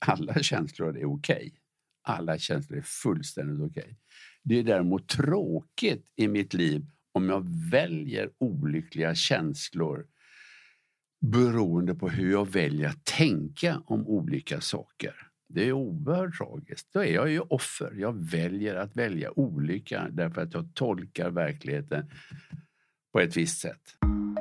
alla känslor är okej. Alla känslor är fullständigt okej. Det är däremot tråkigt i mitt liv om jag väljer olyckliga känslor beroende på hur jag väljer att tänka om olika saker. Det är oerhört tragiskt. Då är jag ju offer. Jag väljer att välja olycka därför att jag tolkar verkligheten på ett visst sätt.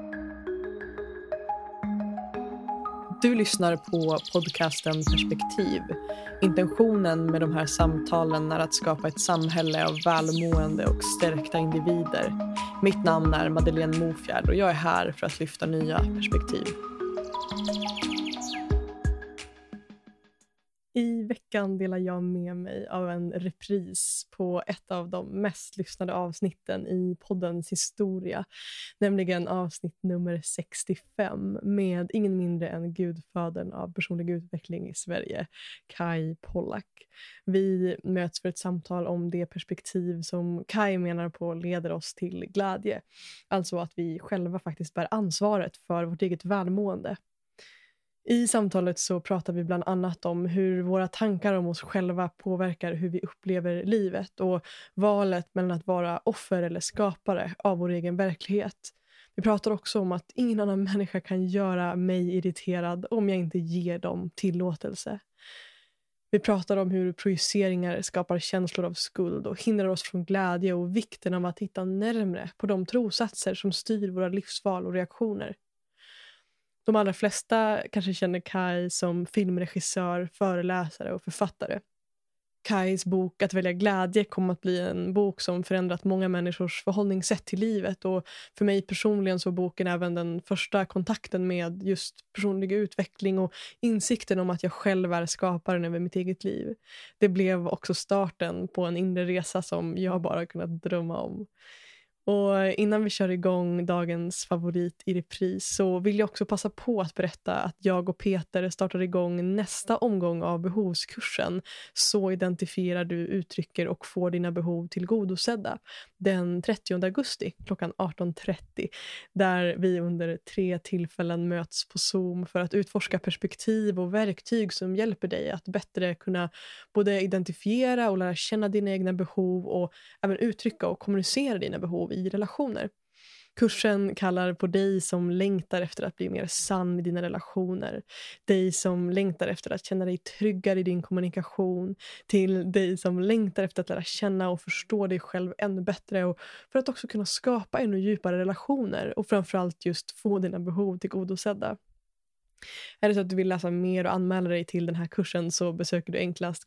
Du lyssnar på podcasten Perspektiv. Intentionen med de här samtalen är att skapa ett samhälle av välmående och stärkta individer. Mitt namn är Madeleine Mofjärd och jag är här för att lyfta nya perspektiv. I veckan delar jag med mig av en repris på ett av de mest lyssnade avsnitten i poddens historia, nämligen avsnitt nummer 65 med ingen mindre än gudfadern av personlig utveckling i Sverige, Kai Pollak. Vi möts för ett samtal om det perspektiv som Kai menar på leder oss till glädje, alltså att vi själva faktiskt bär ansvaret för vårt eget välmående. I samtalet så pratar vi bland annat om hur våra tankar om oss själva påverkar hur vi upplever livet och valet mellan att vara offer eller skapare av vår egen verklighet. Vi pratar också om att ingen annan människa kan göra mig irriterad om jag inte ger dem tillåtelse. Vi pratar om hur projiceringar skapar känslor av skuld och hindrar oss från glädje och vikten av att hitta närmare på de trosatser som styr våra livsval och reaktioner. De allra flesta kanske känner Kai som filmregissör, föreläsare och författare. Kais bok Att välja glädje kom att bli en bok som förändrat många människors förhållningssätt till livet, och för mig personligen så boken även den första kontakten med just personlig utveckling och insikten om att jag själv är skaparen över mitt eget liv. Det blev också starten på en inre resa som jag bara kunnat drömma om. Och innan vi kör igång dagens favorit i repris så vill jag också passa på att berätta att jag och Peter startar igång nästa omgång av behovskursen Så identifierar du, uttrycker och får dina behov tillgodosedda den 30 augusti klockan 18:30, där vi under 3 tillfällen möts på Zoom för att utforska perspektiv och verktyg som hjälper dig att bättre kunna både identifiera och lära känna dina egna behov och även uttrycka och kommunicera dina behov i relationer. Kursen kallar på dig som längtar efter att bli mer sann i dina relationer, dig som längtar efter att känna dig tryggare i din kommunikation, till dig som längtar efter att lära känna och förstå dig själv ännu bättre, och för att också kunna skapa ännu djupare relationer och framförallt just få dina behov tillgodosedda. Är det så att du vill läsa mer och anmäla dig till den här kursen så besöker du enklast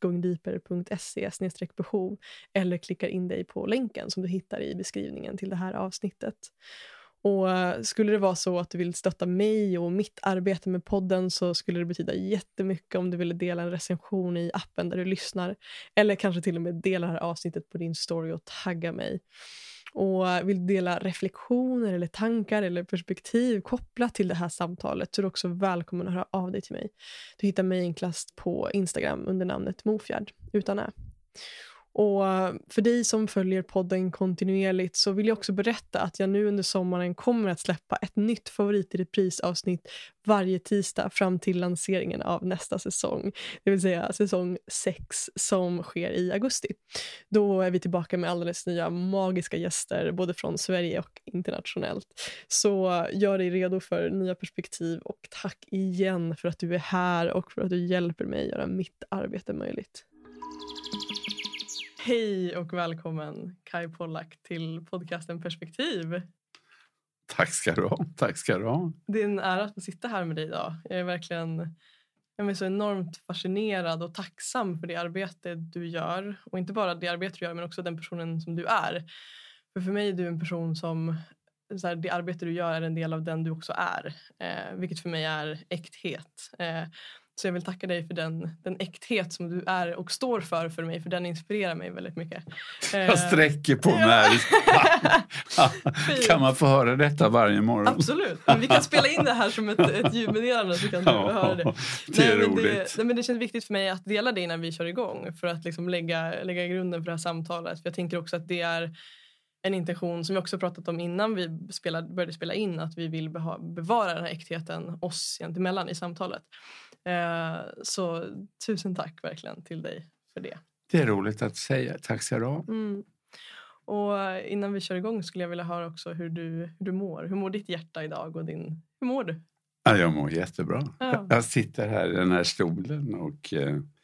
goingdeeper.se/behov eller klickar in dig på länken som du hittar i beskrivningen till det här avsnittet. Och skulle det vara så att du vill stötta mig och mitt arbete med podden så skulle det betyda jättemycket om du ville dela en recension i appen där du lyssnar, eller kanske till och med dela det här avsnittet på din story och tagga mig. Och vill dela reflektioner eller tankar eller perspektiv kopplat till det här samtalet så är du också välkommen att höra av dig till mig. Du hittar mig enklast på Instagram under namnet Mofjärd utan ä. Och för dig som följer podden kontinuerligt så vill jag också berätta att jag nu under sommaren kommer att släppa ett nytt favorit i reprisavsnitt varje tisdag fram till lanseringen av nästa säsong. Det vill säga säsong 6 som sker i augusti. Då är vi tillbaka med alldeles nya magiska gäster både från Sverige och internationellt. Så gör dig redo för nya perspektiv och tack igen för att du är här och för att du hjälper mig göra mitt arbete möjligt. Hej och välkommen Kai Pollak till podcasten Perspektiv. Tack ska du ha. Tack ska du ha. Det är en ära att få sitta här med dig idag. Jag är så enormt fascinerad och tacksam för det arbete du gör. Och inte bara det arbete du gör men också den personen som du är. För mig är du en person som, det arbete du gör är en del av den du också är. Vilket för mig är äkthet. Så jag vill tacka dig för den äkthet som du är och står för mig. För den inspirerar mig väldigt mycket. Jag sträcker på mig. Kan man få höra detta varje morgon? Absolut. Men vi kan spela in det här som ett ljudmeddelande så kan du höra det. Det är roligt. Men det känns viktigt för mig att dela det innan vi kör igång. För att liksom lägga grunden för det här samtalet. För jag tänker också att det är en intention som vi också pratat om innan vi började spela in. Att vi vill bevara den här äktheten oss emellan i samtalet. Så tusen tack verkligen till dig för det. Det är roligt att säga. Tack ska du ha. Och innan vi kör igång skulle jag vilja höra också hur du mår. Hur mår ditt hjärta idag och hur mår du? Ja, jag mår jättebra. Ja. Jag sitter här i den här stolen och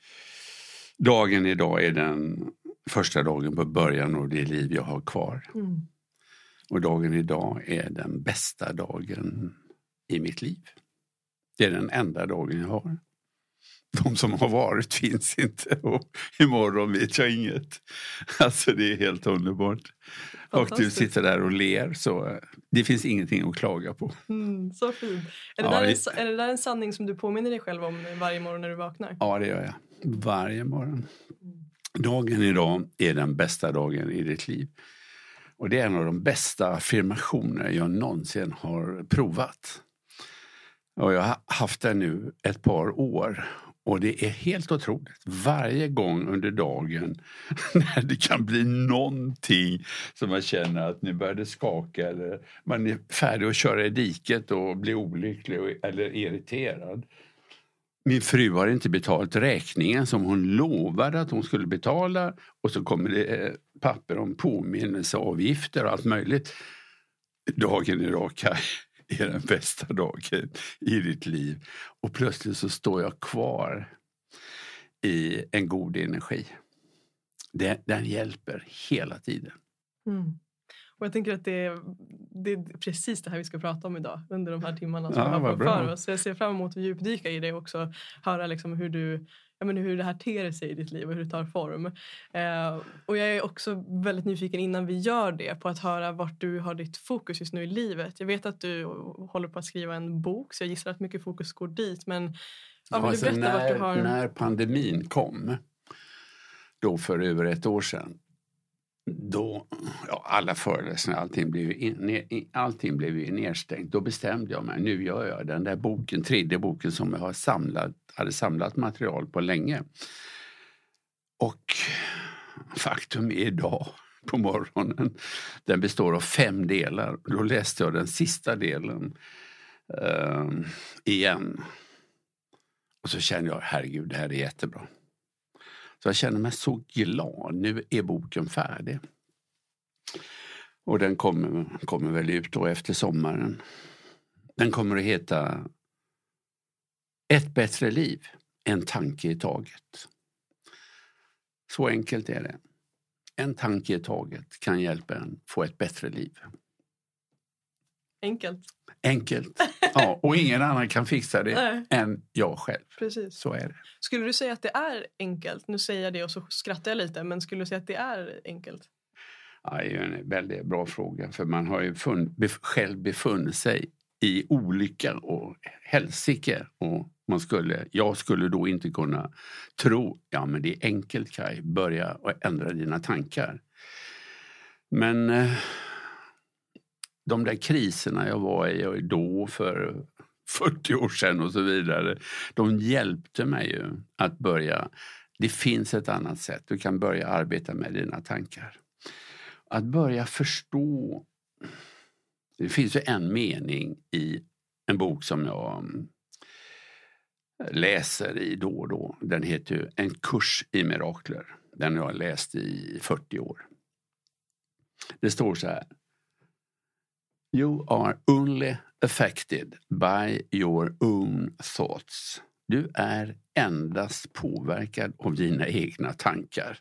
dagen idag är den första dagen på början av det liv jag har kvar. Och dagen idag är den bästa dagen i mitt liv. Det är den enda dagen jag har. De som har varit finns inte och imorgon vet jag inget. Alltså det är helt underbart. Och du sitter där och ler så det finns ingenting att klaga på. Så fint. Är det där en sanning som du påminner dig själv om varje morgon när du vaknar? Ja, det gör jag. Varje morgon. Dagen idag är den bästa dagen i ditt liv. Och det är en av de bästa affirmationer jag någonsin har provat. Och jag har haft det nu ett par år. Och det är helt otroligt. Varje gång under dagen när det kan bli någonting som man känner att nu börjar det skaka eller man är färdig att köra i diket och blir olycklig eller irriterad. Min fru har inte betalt räkningen som hon lovade att hon skulle betala och så kommer det papper om påminnelseavgifter och allt möjligt. Dagen idag är den bästa dagen i ditt liv. Och plötsligt så står jag kvar i en god energi. Den hjälper hela tiden. Och jag tänker att det är precis det här vi ska prata om idag under de här timmarna som vi har för oss. Så jag ser fram emot att djupdyka i det och också höra liksom hur det här ter sig i ditt liv och hur det tar form. Och jag är också väldigt nyfiken innan vi gör det på att höra vart du har ditt fokus just nu i livet. Jag vet att du håller på att skriva en bok så jag gissar att mycket fokus går dit. Men vill du berätta vart du har... När pandemin kom, då för över ett år sedan, då, alla föreläsningar, allting blev ju nedstängt. Då bestämde jag mig, nu gör jag den där boken, 3:e boken som jag hade samlat material på länge. Och faktum är idag på morgonen, den består av 5 delar. Då läste jag den sista delen igen. Och så kände jag, herregud, det här är jättebra. Så jag känner mig så glad. Nu är boken färdig. Och den kommer väl ut då efter sommaren. Den kommer att heta Ett bättre liv, en tanke i taget. Så enkelt är det. En tanke i taget kan hjälpa en få ett bättre liv. Enkelt. Ja, och ingen annan kan fixa det än jag själv. Precis. Så är det. Skulle du säga att det är enkelt? Nu säger jag det och så skrattar jag lite. Men skulle du säga att det är enkelt? Ja, det är en väldigt bra fråga. För man har ju själv befunnit sig i olycka och helsike. Och jag skulle då inte kunna tro, ja men det är enkelt Kaj, börja och ändra dina tankar. Men... de där kriserna jag var i då för 40 år sedan och så vidare, de hjälpte mig ju att börja. Det finns ett annat sätt. Du kan börja arbeta med dina tankar. Att börja förstå. Det finns ju en mening i en bok som jag läser i då och då. Den heter ju En kurs i mirakler. Den har jag läst i 40 år. Det står så här. You are only affected by your own thoughts. Du är endast påverkad av dina egna tankar.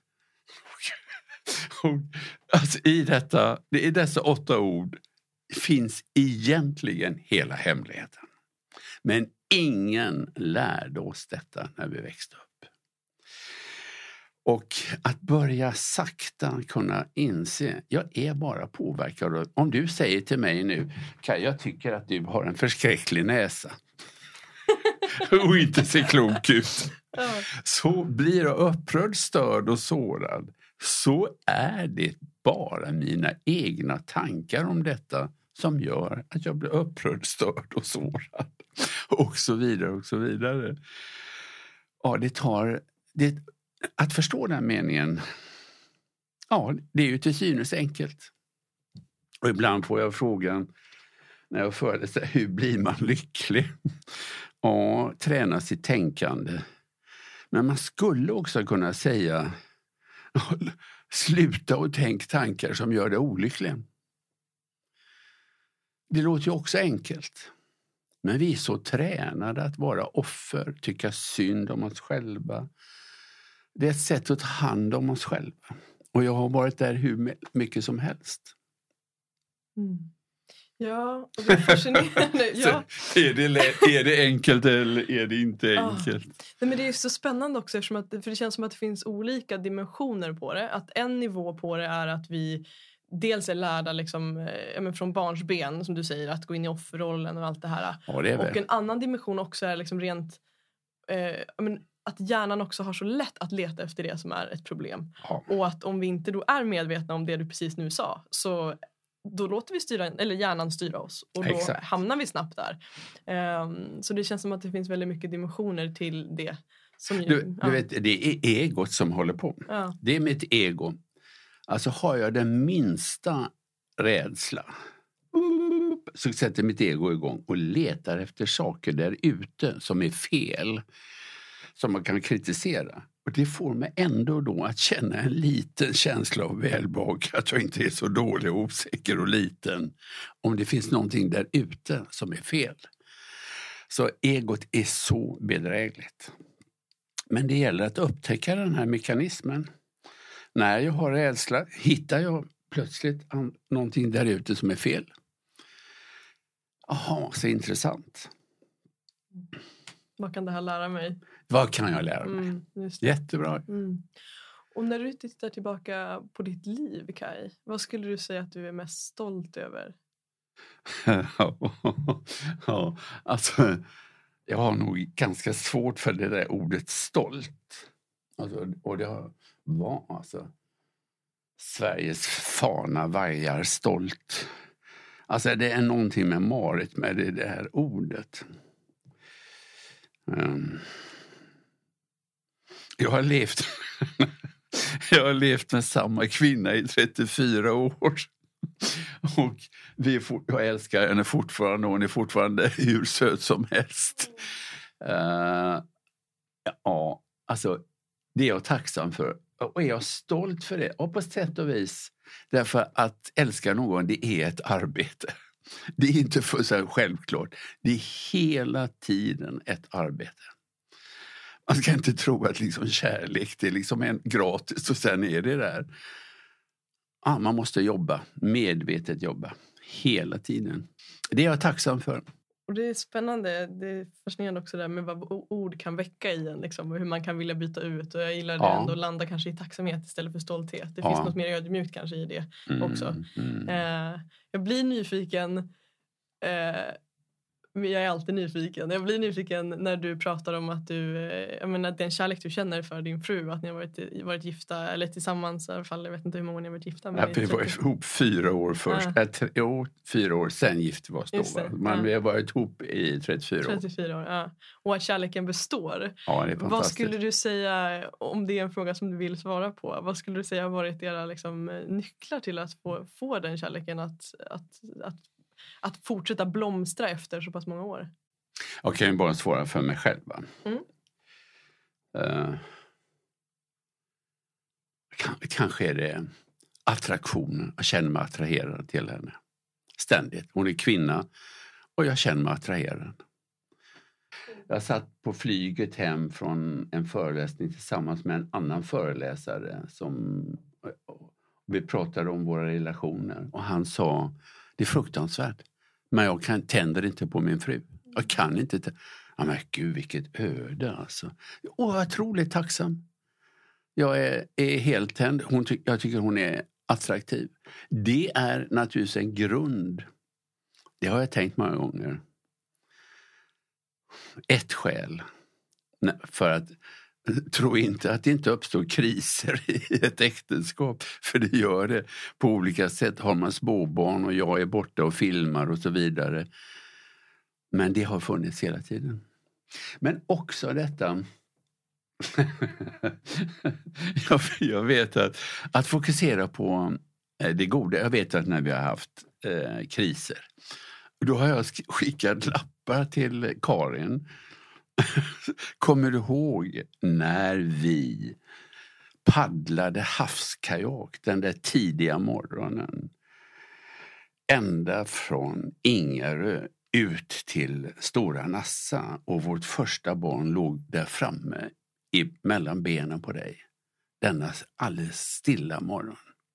Alltså i dessa 8 ord finns egentligen hela hemligheten. Men ingen lärde oss detta när vi växte upp. Och att börja sakta kunna inse, jag är bara påverkad. Om du säger till mig nu, Kaj, jag tycker att du har en förskräcklig näsa. Och inte ser klok ut. Så blir jag upprörd, störd och sårad. Så är det bara mina egna tankar om detta som gör att jag blir upprörd, störd och sårad. Och så vidare och så vidare. Ja, att förstå den meningen, ja, det är ju till synes enkelt. Och ibland får jag frågan när jag föreläser, hur blir man lycklig? Ja, träna sitt tänkande. Men man skulle också kunna säga sluta och tänk tankar som gör dig olycklig. Det låter ju också enkelt. Men vi är så tränade att vara offer, tycka synd om oss själva. Det är ett sätt att ta hand om oss själva. Och jag har varit där hur mycket som helst. Mm. Ja, och det är fascinerande. Ja. Är det enkelt eller är det inte enkelt? Nej, men det är så spännande också för det känns som att det finns olika dimensioner på det. Att en nivå på det är att vi dels är lärda liksom, från barns ben, som du säger, att gå in i offerrollen och allt det här. Ja, det är och en annan dimension också är liksom rent att hjärnan också har så lätt att leta efter det som är ett problem. Ja. Och att om vi inte då är medvetna om det du precis nu sa, så då låter vi hjärnan styra oss. Och då hamnar vi snabbt där. Så det känns som att det finns väldigt mycket dimensioner till det. Som du vet, det är egot som håller på. Ja. Det är mitt ego. Alltså har jag den minsta rädsla så sätter mitt ego igång och letar efter saker där ute som är fel. Som man kan kritisera. Och det får mig ändå då att känna en liten känsla av välbehag. Att jag inte är så dålig, osäker och liten. Om det finns någonting där ute som är fel. Så egot är så bedrägligt. Men det gäller att upptäcka den här mekanismen. När jag har rädsla hittar jag plötsligt någonting där ute som är fel. Jaha, så intressant. Vad kan det här lära mig? Vad kan jag lära mig? Jättebra. Mm. Och när du tittar tillbaka på ditt liv, Kai, vad skulle du säga att du är mest stolt över? Ja, alltså jag har nog ganska svårt för det där ordet stolt. Alltså, och det var alltså Sveriges fana vajar stolt. Alltså det är någonting med Marit med det här ordet. Jag har levt med samma kvinna i 34 år. Och jag älskar henne fortfarande och hon är fortfarande hur söt som helst. Ja, alltså det är jag tacksam för. Och är jag stolt för det? Och på sätt och vis. Därför att älska någon, det är ett arbete. Det är inte för så självklart. Det är hela tiden ett arbete. Man ska inte tro att liksom kärlek, det är liksom en gratis och sen är det där. Ja, man måste jobba, medvetet jobba. Hela tiden. Det är jag tacksam för. Och det är spännande, det är fascinerande också där med vad ord kan väcka i en liksom, och hur man kan vilja byta ut. Och jag gillar det ändå att landa kanske i tacksamhet istället för stolthet. Det finns något mer ödmjukt kanske i det också. Jag blir nyfiken, jag är alltid nyfiken. Jag blir nyfiken när du pratar om att den kärlek du känner för din fru, att ni har varit gifta eller tillsammans i alla fall. Jag vet inte hur många ni har varit gifta. Men vi var ihop 4 år först. 4 år sen gifte vi oss då. Men vi har varit ihop i 34 år. Ja. Och att kärleken består. Ja, det är fantastiskt. Vad skulle du säga, om det är en fråga som du vill svara på, vad skulle du säga har varit era liksom, nycklar till att få den kärleken att fortsätta blomstra efter så pass många år? Jag kan ju bara svara för mig själv. Kanske är det attraktionen. Jag känner mig attraherad till henne. Ständigt. Hon är kvinna och jag känner mig attraherad. Jag satt på flyget hem från en föreläsning tillsammans med en annan föreläsare som vi pratade om våra relationer och han sa, det är fruktansvärt, men jag tänder inte på min fru. Jag kan inte. Ja, men gud, vilket öde alltså. Jag är otroligt tacksam. Jag är helt tänd. Jag tycker hon är attraktiv. Det är naturligtvis en grund. Det har jag tänkt många gånger. Ett skäl för att tro inte att det inte uppstår kriser i ett äktenskap. För det gör det på olika sätt. Har man småbarn och jag är borta och filmar och så vidare. Men det har funnits hela tiden. Men också detta. Jag vet att fokusera på det goda. Jag vet att när vi har haft kriser. Då har jag skickat lappar till Karin Kommer du ihåg när vi paddlade havskajak den där tidiga morgonen? Ända från Ingarö ut till Stora Nassa, och vårt första barn låg där framme mellan benen på dig. Denna alldeles stilla morgon.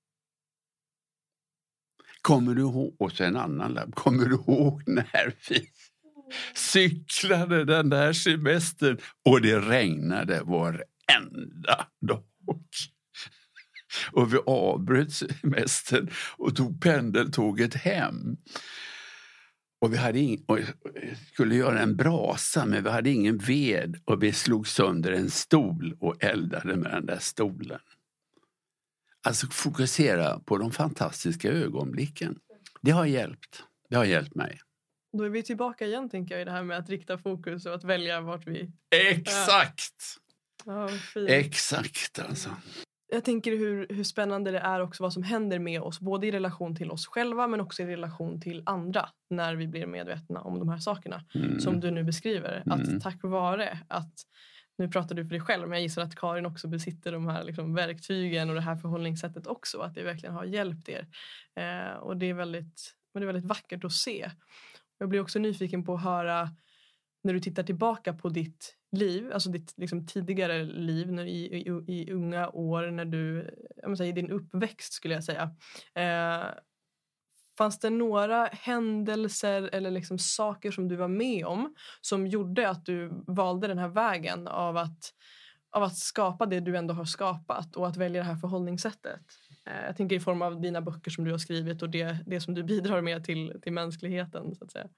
Kommer du ihåg, och så en annan labb, kommer du ihåg när vi cyklade den där semestern och det regnade varenda dag? Och vi avbröt semestern och tog pendeltåget hem. Och vi hade skulle göra en brasa, men vi hade ingen ved, och vi slog sönder en stol och eldade med den där stolen. Alltså fokusera på de fantastiska ögonblicken. Det har hjälpt. Det har hjälpt mig. Då är vi tillbaka igen, tänker jag, i det här med att rikta fokus och att välja vart vi... Exakt! Ja, fint. Exakt alltså. Jag tänker hur spännande det är också vad som händer med oss, både i relation till oss själva men också i relation till andra, när vi blir medvetna om de här sakerna som du nu beskriver. Att tack vare att, nu pratar du för dig själv, men jag gissar att Karin också besitter de här liksom verktygen och det här förhållningssättet också, att det verkligen har hjälpt er. Och det är väldigt vackert att se. Jag blir också nyfiken på att höra, när du tittar tillbaka på ditt liv, alltså ditt liksom tidigare liv i unga år, när du, i din uppväxt skulle jag säga. Fanns det några händelser eller liksom saker som du var med om som gjorde att du valde den här vägen av att skapa det du ändå har skapat och att välja det här förhållningssättet? Jag tänker i form av dina böcker som du har skrivit och det som du bidrar med till mänskligheten, så att säga.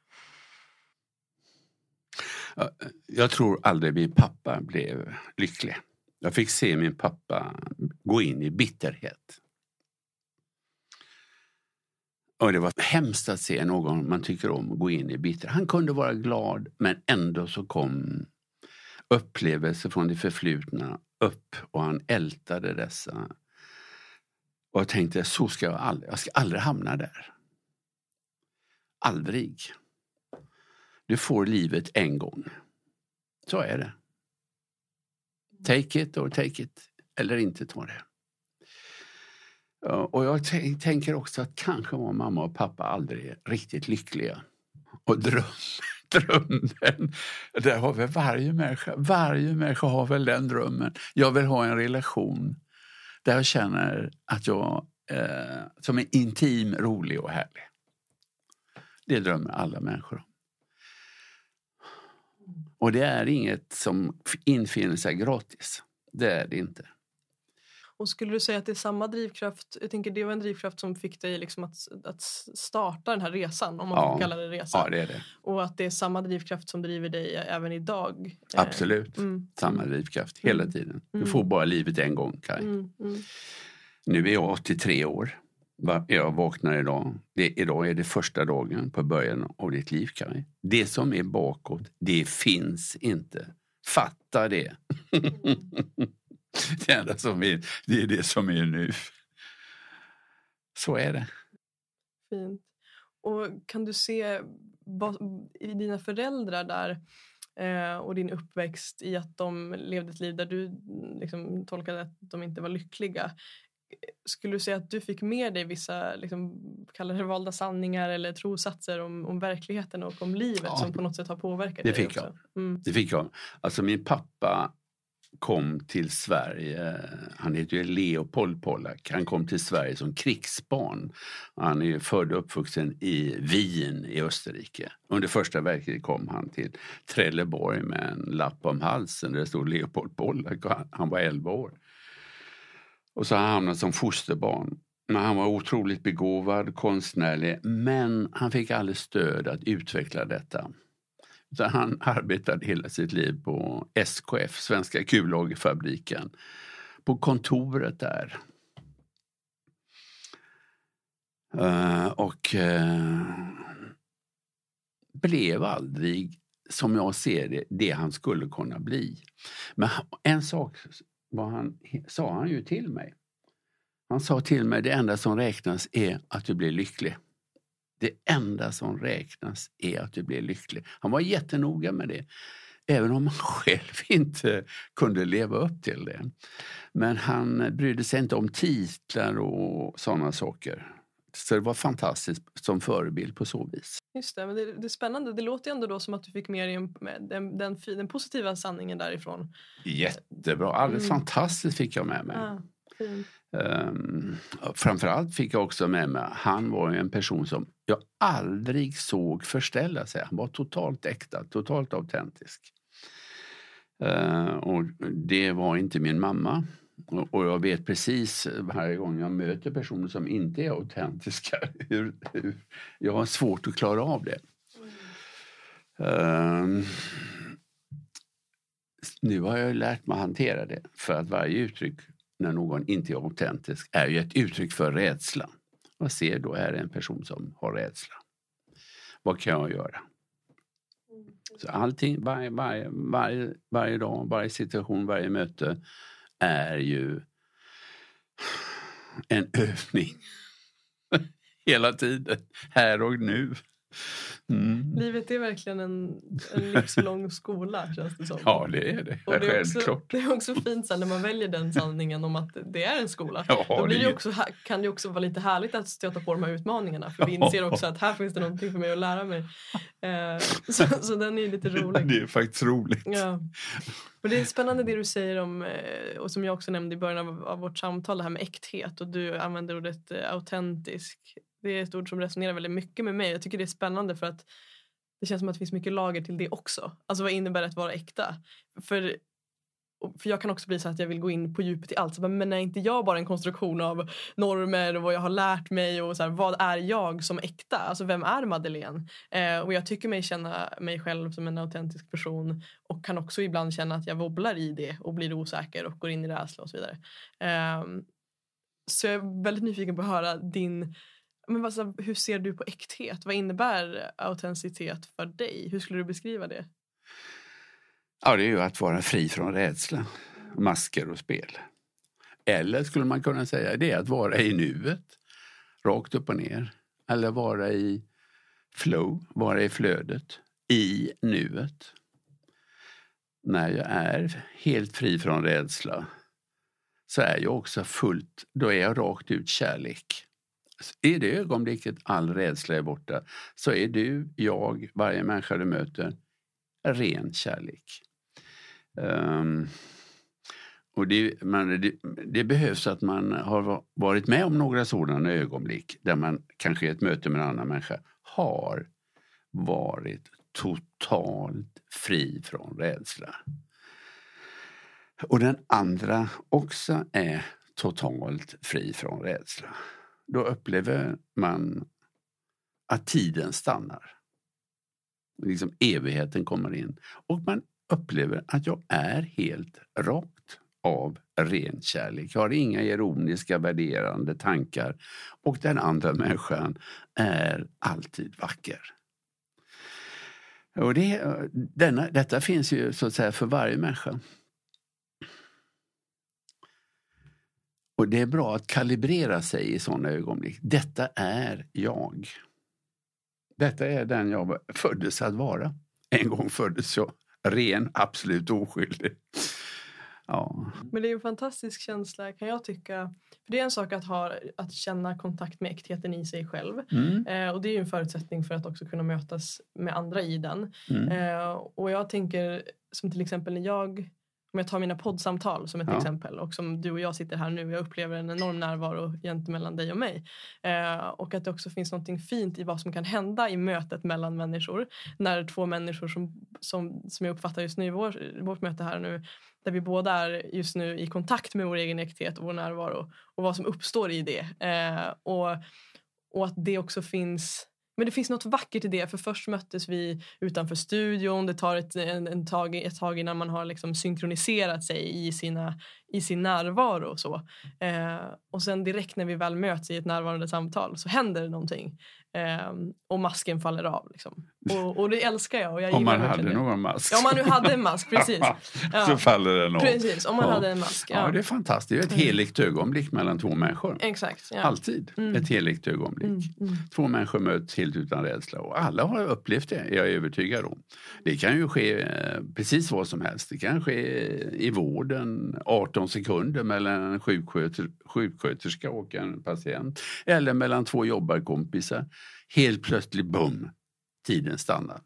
Jag tror aldrig min pappa blev lycklig. Jag fick se min pappa gå in i bitterhet. Och det var hemskt att se någon man tycker om gå in i bitterhet. Han kunde vara glad, men ändå så kom upplevelser från det förflutna upp och han ältade dessa. Och jag tänkte, så ska jag ska aldrig hamna där. Aldrig. Du får livet en gång. Så är det. Take it or take it. Eller inte ta det. Och jag tänker också att kanske var mamma och pappa aldrig riktigt lyckliga. Och drömmen. Där har väl varje människa har väl den drömmen. Jag vill ha en relation där jag känner att jag som är intim, rolig och härlig. Det drömmer alla människor om. Och det är inget som infinner sig gratis. Det är det inte. Och skulle du säga att det är samma drivkraft, jag tänker det var en drivkraft som fick dig liksom att starta den här resan, om man får kalla det resa. Ja, det är det. Och att det är samma drivkraft som driver dig även idag. Absolut, samma drivkraft hela tiden. Du får bara livet en gång, Kaj. Nu är jag 83 år. Jag vaknar idag. Idag är det första dagen på början av ditt liv, Kaj. Det som är bakåt, det finns inte. Fatta det. Det är det som är nu. Så är det. Fint. Och kan du se i dina föräldrar där och din uppväxt i att de levde ett liv där du liksom tolkade att de inte var lyckliga? Skulle du säga att du fick med dig vissa liksom, kallar det valda sanningar eller trosatser om verkligheten och om livet som på något sätt har påverkat dig? Det fick jag. Alltså min pappa kom till Sverige, han heter ju Leopold Pollack, han kom till Sverige som krigsbarn. Han är född och uppvuxen i Wien i Österrike. Under första världskriget kom han till Trelleborg med en lapp om halsen där det stod Leopold Pollack och han var 11 år. Och så har han hamnat som fosterbarn. Men han var otroligt begåvad, konstnärlig, men han fick aldrig stöd att utveckla detta. Så han arbetade hela sitt liv på SKF, Svenska kullagerfabriken, på kontoret där. Och blev aldrig, som jag ser det han skulle kunna bli. Men en sak sa han ju till mig. Han sa till mig, det enda som räknas är att du blir lycklig. Det enda som räknas är att du blir lycklig. Han var jättenoga med det. Även om han själv inte kunde leva upp till det. Men han brydde sig inte om titlar och sådana saker. Så det var fantastiskt som förebild på så vis. Just det, men det är spännande. Det låter ändå då som att du fick med dig den positiva sanningen därifrån. Jättebra. Alldeles fantastiskt fick jag med mig. Framförallt fick jag också med mig, han var ju en person som jag aldrig såg förställa sig. Han var totalt äkta, totalt autentisk. Och det var inte min mamma. Och jag vet precis varje gång jag möter personer som inte är autentiska hur jag har svårt att klara av det. Nu har jag lärt mig att hantera det. För att varje uttryck när någon inte är autentisk är ju ett uttryck för rädsla. Jag ser då är det en person som har rädsla. Vad kan jag göra? Så allting, varje dag, varje situation, varje möte är ju en övning. Hela tiden, här och nu. Livet är verkligen en livslång skola, känns det som. Ja, det är det. Och det är också fint sen när man väljer den sanningen om att det är en skola. Ja, då blir det också, kan det också vara lite härligt att stöta på de här utmaningarna. För vi inser också att här finns det någonting för mig att lära mig. Så den är lite rolig. Det är faktiskt roligt. Ja. Och det är spännande det du säger om, och som jag också nämnde i början av vårt samtal, det här med äkthet. Och du använder ordet autentisk. Det är ett ord som resonerar väldigt mycket med mig. Jag tycker det är spännande för att det känns som att det finns mycket lager till det också. Alltså vad innebär det att vara äkta? För jag kan också bli så att jag vill gå in på djupet i allt. Så, men är inte jag bara en konstruktion av normer och vad jag har lärt mig? Och så här, vad är jag som äkta? Alltså vem är Madeleine? Och jag tycker mig känna mig själv som en autentisk person. Och kan också ibland känna att jag wobblar i det och blir osäker och går in i rädsla och så vidare. Så jag är väldigt nyfiken på att höra hur ser du på äkthet? Vad innebär autenticitet för dig? Hur skulle du beskriva det? Ja, det är ju att vara fri från rädsla, masker och spel. Eller skulle man kunna säga det är att vara i nuet, rakt upp och ner. Eller vara i flow, vara i flödet, i nuet. När jag är helt fri från rädsla så är jag också då är jag rakt ut kärlek. I det ögonblicket all rädsla är borta så är du, jag, varje människa du möter ren kärlek. Och det behövs att man har varit med om några sådana ögonblick där man kanske i ett möte med en annan människa har varit totalt fri från rädsla. Och den andra också är totalt fri från rädsla. Då upplever man att tiden stannar. Liksom evigheten kommer in. Och man upplever att jag är helt rakt av ren kärlek. Jag har inga ironiska värderande tankar. Och den andra människan är alltid vacker. Och detta finns ju så att säga för varje människa. Och det är bra att kalibrera sig i sådana ögonblick. Detta är jag. Detta är den jag föddes att vara. En gång föddes jag ren, absolut oskyldig. Ja. Men det är en fantastisk känsla kan jag tycka. För det är en sak att känna kontakt med äktheten i sig själv. Och det är ju en förutsättning för att också kunna mötas med andra i den. Och jag tänker som till exempel när om jag tar mina poddsamtal som ett exempel och som du och jag sitter här nu och jag upplever en enorm närvaro mellan dig och mig. Och att det också finns någonting fint i vad som kan hända i mötet mellan människor. När två människor som jag uppfattar just nu i vårt möte här nu, där vi båda är just nu i kontakt med vår egen äkthet och vår närvaro och vad som uppstår i det. Och att det också finns... Men det finns något vackert i det, för först möttes vi utanför studion. Det tar ett tag innan man har liksom synkroniserat sig i sin närvaro och så. Och sen direkt när vi väl möts i ett närvarande samtal så händer det någonting. och masken faller av. Liksom. Och det älskar jag. Och jag om man gillar hade det. någon mask. Ja, om man nu hade en mask, precis. Ja. Så faller den av. Precis, om man hade en mask. Ja, det är fantastiskt. Det är ett heligt ögonblick mellan två människor. Exakt. Ja. Alltid ett heligt ögonblick. Två människor möts helt utan rädsla. Och alla har upplevt det, jag är övertygad om. Det kan ju ske precis vad som helst. Det kan ske i vården 18 sekunder mellan en sjuksköterska och en patient. Eller mellan två jobbarkompisar. Helt plötsligt, bum, tiden stannar.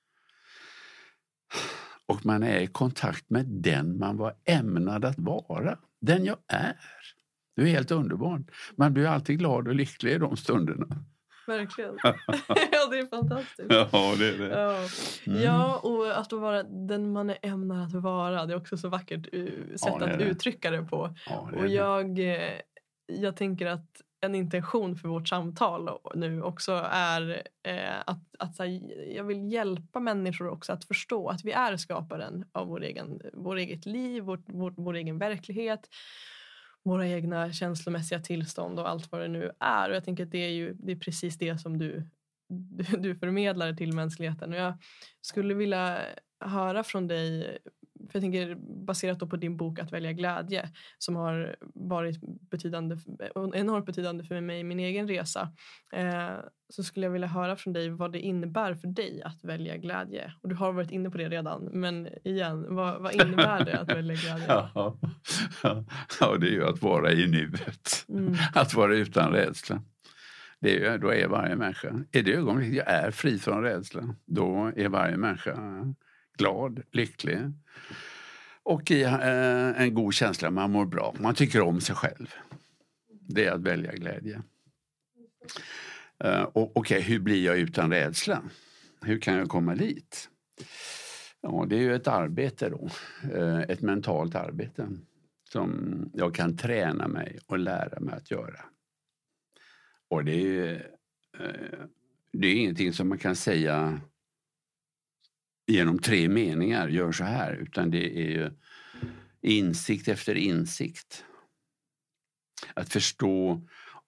Och man är i kontakt med den man var ämnad att vara. Den jag är. Det är helt underbart. Man blir alltid glad och lycklig i de stunderna. Verkligen. Ja, det är fantastiskt. Ja, det är det. Ja. Ja, och att vara den man är ämnad att vara. Det är också så vackert sätt att uttrycka det på. Ja, det och jag tänker att en intention för vårt samtal nu också är att jag vill hjälpa människor också att förstå att vi är skaparen av vår eget liv, vår egen verklighet, våra egna känslomässiga tillstånd och allt vad det nu är. Och jag tänker att det är precis det som du förmedlar till mänskligheten. Och jag skulle vilja höra från dig, för jag tänker baserat då på din bok Att välja glädje, som har varit enormt betydande för mig i min egen resa, så skulle jag vilja höra från dig vad det innebär för dig att välja glädje. Och du har varit inne på det redan, men igen, vad innebär det att välja glädje? Ja, det är ju att vara i nuet. Att vara utan rädsla. Då är varje människa, i det ögonblick jag är fri från rädsla, då är varje människa glad, lycklig och i en god känsla. Man mår bra, man tycker om sig själv. Det är att välja glädje. Okej, hur blir jag utan rädsla? Hur kan jag komma dit? Ja, det är ju ett arbete då. Ett mentalt arbete som jag kan träna mig och lära mig att göra. Och det är ingenting som man kan säga genom 3 meningar, gör så här, utan det är ju insikt efter insikt. Att förstå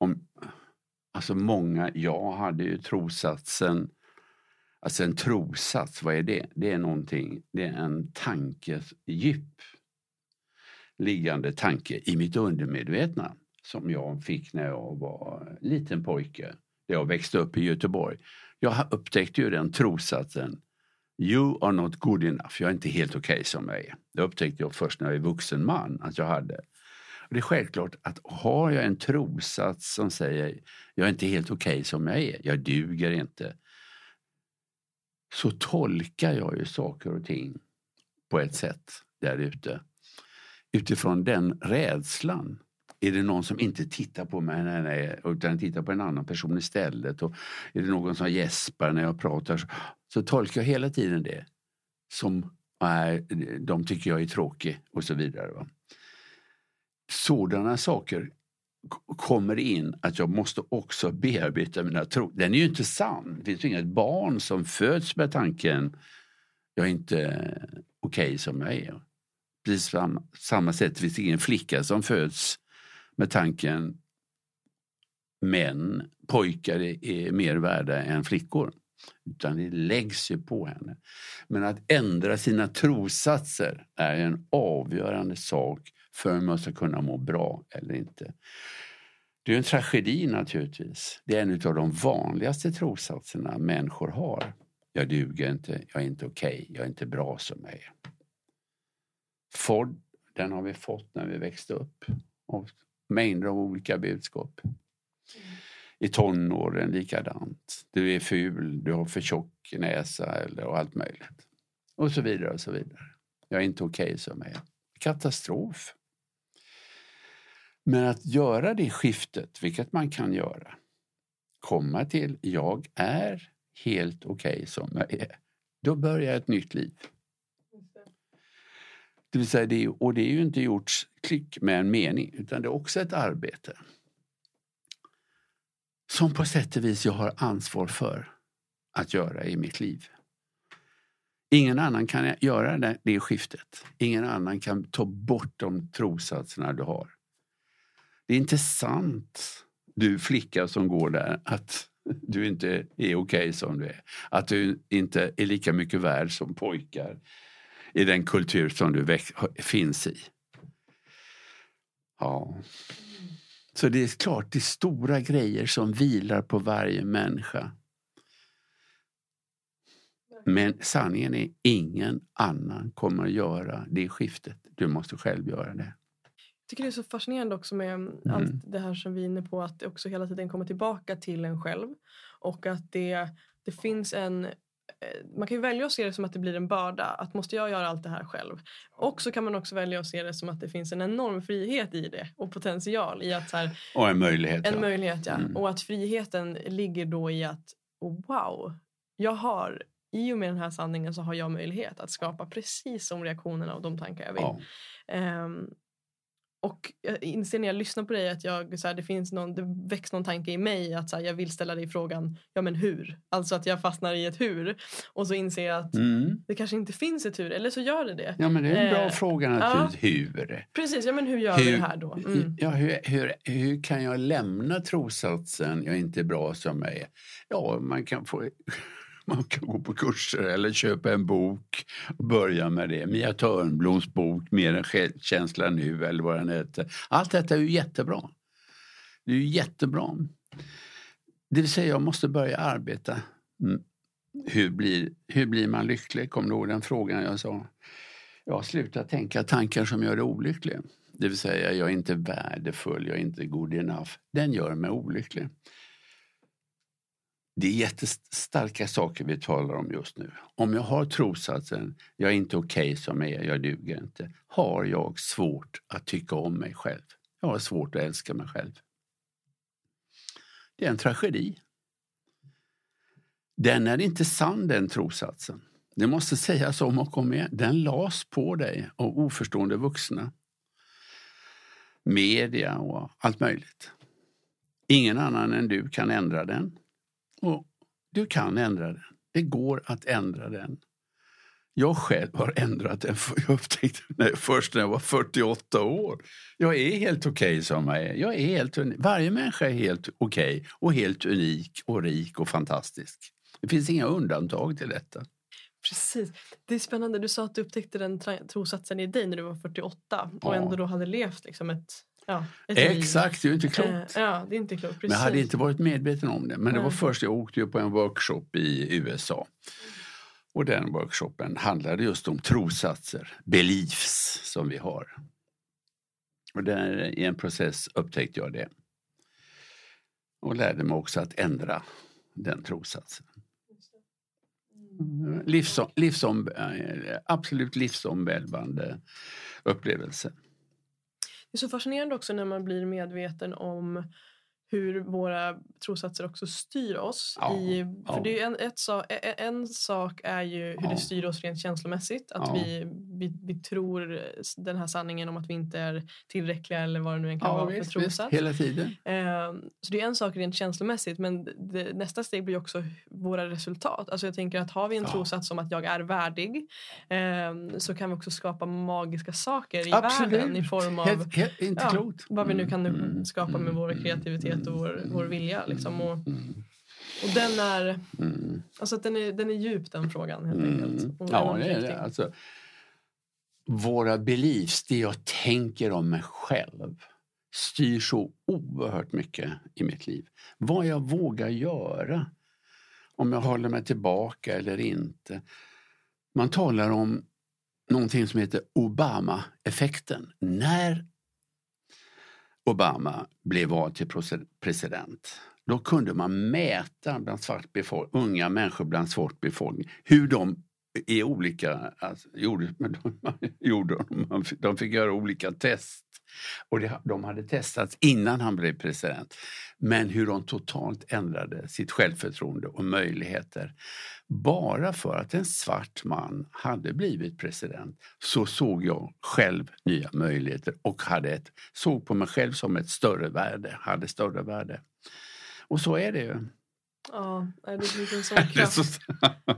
jag hade ju trossatsen, alltså en trossats, vad är det? Det är någonting, det är en djup liggande tanke i mitt undermedvetna som jag fick när jag var liten pojke. Jag växte upp i Göteborg. Jag upptäckte ju den trossatsen. You are not good enough. Jag är inte helt okej som jag är. Det upptäckte jag först när jag är vuxen man att jag hade. Och det är självklart att har jag en trossats som säger jag är inte helt okej som jag är. Jag duger inte. Så tolkar jag ju saker och ting på ett sätt där ute. Utifrån den rädslan. Är det någon som inte tittar på mig utan tittar på en annan person istället? Och är det någon som gäspar när jag pratar? Så tolkar jag hela tiden det som de tycker jag är tråkig och så vidare. Va? Sådana saker kommer in att jag måste också bearbeta mina tro. Den är ju inte sann. Det finns ju inget barn som föds med tanken jag är inte okej som jag är. Precis på samma sätt finns det ingen flicka som föds med tanken pojkar är mer värda än flickor. Utan det läggs ju på henne. Men att ändra sina trossatser är en avgörande sak för att man ska kunna må bra eller inte. Det är en tragedi naturligtvis. Det är en av de vanligaste trossatserna människor har. Jag duger inte, jag är inte okej, jag är inte bra som jag är. Den har vi fått när vi växte upp. Av mängder av olika budskap. I tonåren likadant. Du är ful, du har för tjock näsa och allt möjligt. Och så vidare och så vidare. Jag är inte okej som jag är. Katastrof. Men att göra det skiftet, vilket man kan göra. Komma till, jag är helt okej som jag är. Då börjar ett nytt liv. Det vill säga, det är ju inte gjorts klick med en mening, utan det är också ett arbete. Som på sätt och vis jag har ansvar för att göra i mitt liv. Ingen annan kan göra det skiftet. Ingen annan kan ta bort de trossatserna du har. Det är inte sant, du flicka som går där, att du inte är okej som du är. Att du inte är lika mycket värd som pojkar i den kultur som du finns i. Ja. Så det är klart, det är stora grejer som vilar på varje människa. Men sanningen är, ingen annan kommer att göra det skiftet. Du måste själv göra det. Jag tycker det är så fascinerande också med allt det här som vi är inne på. Att det också hela tiden kommer tillbaka till en själv. Och att det finns en... Man kan ju välja att se det som att det blir en börda. Att måste jag göra allt det här själv? Och så kan man också välja att se det som att det finns en enorm frihet i det. Och potential i att så här... Och en möjlighet. En möjlighet, ja. Och att friheten ligger då i att wow, i och med den här sanningen så har jag möjlighet att skapa precis de reaktionerna och de tankar jag vill. Ja. Och jag inser när jag lyssnar på dig att det väcks någon tanke i mig att så här, jag vill ställa dig frågan, ja men hur? Alltså att jag fastnar i ett hur. Och så inser jag att det kanske inte finns ett hur, eller så gör det. Ja, men det är en bra fråga naturligtvis, hur? Precis, ja men hur gör vi det här då? Ja, hur kan jag lämna trossatsen, jag är inte bra som jag är? Ja, man kan gå på kurser eller köpa en bok och börja med det. Mia Törnbloms bok, Mer än självkänsla nu, eller vad den heter. Allt detta är ju jättebra. Det är ju jättebra. Det vill säga, jag måste börja arbeta. Hur blir man lycklig? Kommer du ihåg den frågan jag sa? Jag slutar tänka tankar som gör det olycklig. Det vill säga, jag är inte värdefull, jag är inte good enough. Den gör mig olycklig. Det är jättestarka saker vi talar om just nu. Om jag har trossatsen, jag är inte okej som jag duger inte, har jag svårt att tycka om mig själv. Jag har svårt att älska mig själv. Det är en tragedi. Den är inte sann, den trossatsen. Det måste sägas om och om igen. Den las på dig av oförstående vuxna. Media och allt möjligt. Ingen annan än du kan ändra den. Och du kan ändra den. Det går att ändra den. Jag själv har ändrat den. Jag upptäckte först när jag var 48 år. Jag är helt okej som jag är. Jag är helt unik. Varje människa är helt okej och helt unik och rik och fantastisk. Det finns inga undantag till detta. Precis. Det är spännande. Du sa att du upptäckte den trossatsen i dig när du var 48 och ändå då hade levt liksom ett exakt, det är inte klokt. Ja, det är inte klokt. Precis. Men jag hade inte varit medveten om det. Men det var först, jag åkte ju på en workshop i USA. Och den workshopen handlade just om trossatser, beliefs som vi har. Och där i en process upptäckte jag det. Och lärde mig också att ändra den trossatsen. Absolut livsomvälvande upplevelse. Det är så fascinerande också när man blir medveten om hur våra trossatser också styr oss. För det är en sak är ju hur det styr oss rent känslomässigt. Att vi tror den här sanningen om att vi inte är tillräckliga eller vad det nu än kan vara för trossats. Hela tiden. Så det är en sak rent känslomässigt, men nästa steg blir också våra resultat. Alltså jag tänker att har vi en trossats om att jag är värdig, så kan vi också skapa magiska saker i världen i form av inte klokt. vad vi nu kan skapa med vår kreativitet och vår vilja liksom. Och den är alltså att den är djup, den frågan helt enkelt. Ja, det är det. Alltså, våra beliefs, det jag tänker om mig själv, styr så oerhört mycket i mitt liv. Vad jag vågar göra, om jag håller mig tillbaka eller inte. Man talar om någonting som heter Obama-effekten. När Obama blev vald till president, då kunde man mäta bland unga människor bland svart befolkning hur de är olika, alltså, de fick göra olika test. Och de hade testats innan han blev president. Men hur de totalt ändrade sitt självförtroende och möjligheter. Bara för att en svart man hade blivit president, så såg jag själv nya möjligheter och såg på mig själv som ett större värde. Och så är det ju. Ja, det är en sån kraft.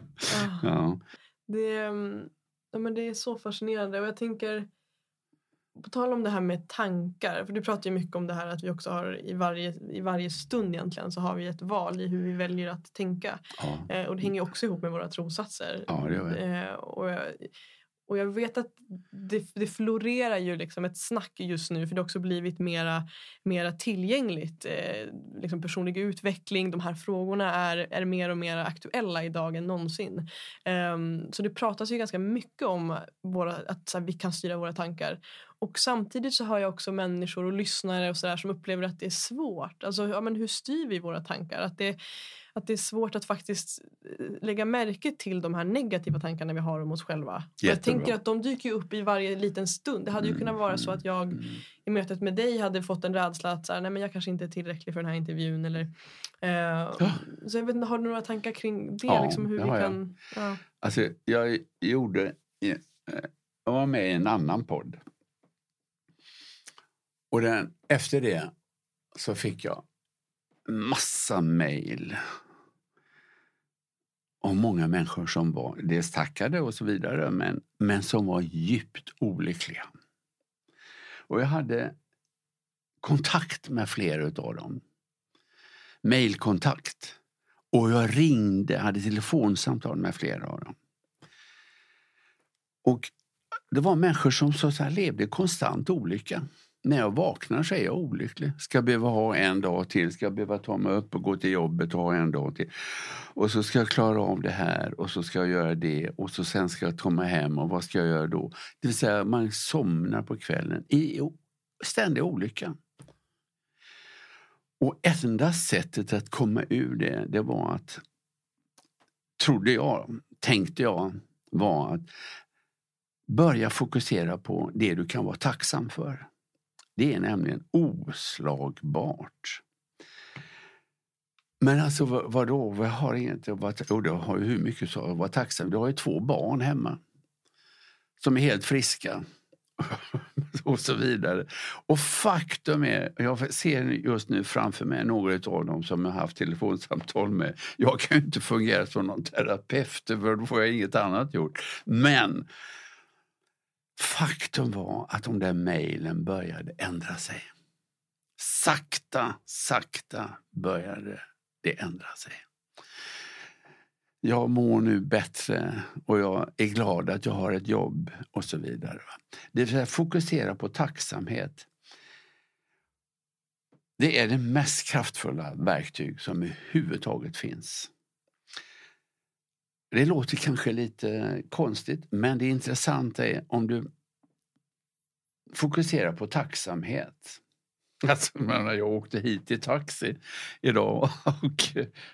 Men det är så fascinerande. Och jag tänker, på tal om det här med tankar, för du pratar ju mycket om det här att vi också har i varje stund egentligen så har vi ett val i hur vi väljer att tänka. Ja. Och det hänger ju också ihop med våra trossatser. Ja, det gör det. Och jag vet att det florerar ju liksom ett snack just nu, för det har också blivit mera tillgängligt. Liksom personlig utveckling, de här frågorna är mer och mer aktuella idag än någonsin. Så det pratas ju ganska mycket om att så här, vi kan styra våra tankar. Och samtidigt så har jag också människor och lyssnare och så där som upplever att det är svårt. Alltså, ja, men hur styr vi våra tankar? Att det är svårt att faktiskt lägga märke till de här negativa tankarna vi har om oss själva. Jag tänker att de dyker ju upp i varje liten stund. Det hade ju kunnat vara så att jag i mötet med dig hade fått en rädsla att så här, nej, men jag kanske inte är tillräcklig för den här intervjun. Eller, så jag vet inte, har du några tankar kring det? Ja, liksom, hur det vi har kan, jag. Alltså, jag var med i en annan podd. Och efter det så fick jag massa mejl om många människor som var dels tackade och så vidare, men som var djupt olyckliga. Och jag hade kontakt med flera av dem. Mejlkontakt. Och jag hade telefonsamtal med flera av dem. Och det var människor som så att säga levde konstant olycka. När jag vaknar så är jag olycklig. Ska jag behöva ha en dag till. Ska jag behöva ta mig upp och gå till jobbet och ha en dag till. Och så ska jag klara av det här. Och så ska jag göra det. Och så sen ska jag komma hem. Och vad ska jag göra då? Det vill säga man somnar på kvällen i ständig olycka. Och enda sättet att komma ur det var att, tänkte jag, var att börja fokusera på det du kan vara tacksam för. Det är nämligen oslagbart. Men alltså vadå? Jag har inget du har ju hur mycket så att vara tacksam. Du har ju 2 barn hemma som är helt friska och så vidare. Och faktum är, jag ser just nu framför mig några av dem som jag har haft telefonsamtal med. Jag kan ju inte fungera som någon terapeut, för då får jag inget annat gjort. Men faktum var att de där mejlen började ändra sig. Sakta började det ändra sig. Jag mår nu bättre och jag är glad att jag har ett jobb och så vidare. Det vill säga fokusera på tacksamhet. Det är det mest kraftfulla verktyg som överhuvudtaget finns. Det låter kanske lite konstigt, men det intressanta är om du fokuserar på tacksamhet. Alltså, jag åkte hit i taxi idag och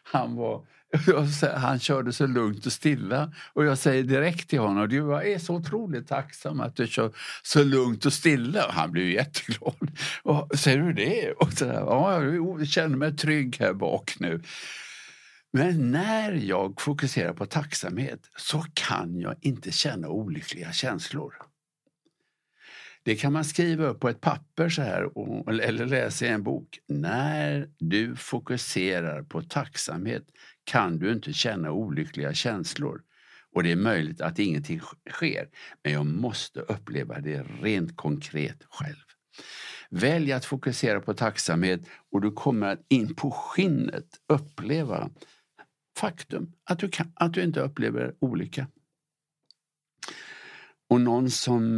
han körde så lugnt och stilla. Och jag säger direkt till honom, du är så otroligt tacksam att du kör så lugnt och stilla. Och han blev jätteglad. Och säger du det? Och så där, ja, jag känner mig trygg här bak nu. Men när jag fokuserar på tacksamhet så kan jag inte känna olyckliga känslor. Det kan man skriva upp på ett papper så här eller läsa i en bok. När du fokuserar på tacksamhet kan du inte känna olyckliga känslor. Och det är möjligt att ingenting sker. Men jag måste uppleva det rent konkret själv. Välj att fokusera på tacksamhet och du kommer att in på skinnet uppleva faktum. Att du inte upplever olycka. Och någon som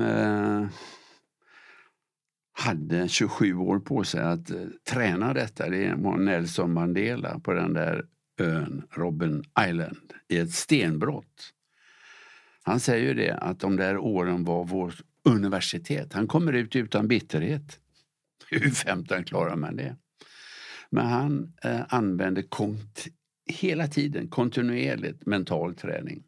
hade 27 år på sig att träna detta. Det var Nelson Mandela på den där ön Robben Island i ett stenbrott. Han säger ju det att de där åren var vårt universitet. Han kommer ut utan bitterhet. Hur 15 klarar man det? Men han använde hela tiden kontinuerligt mental träning.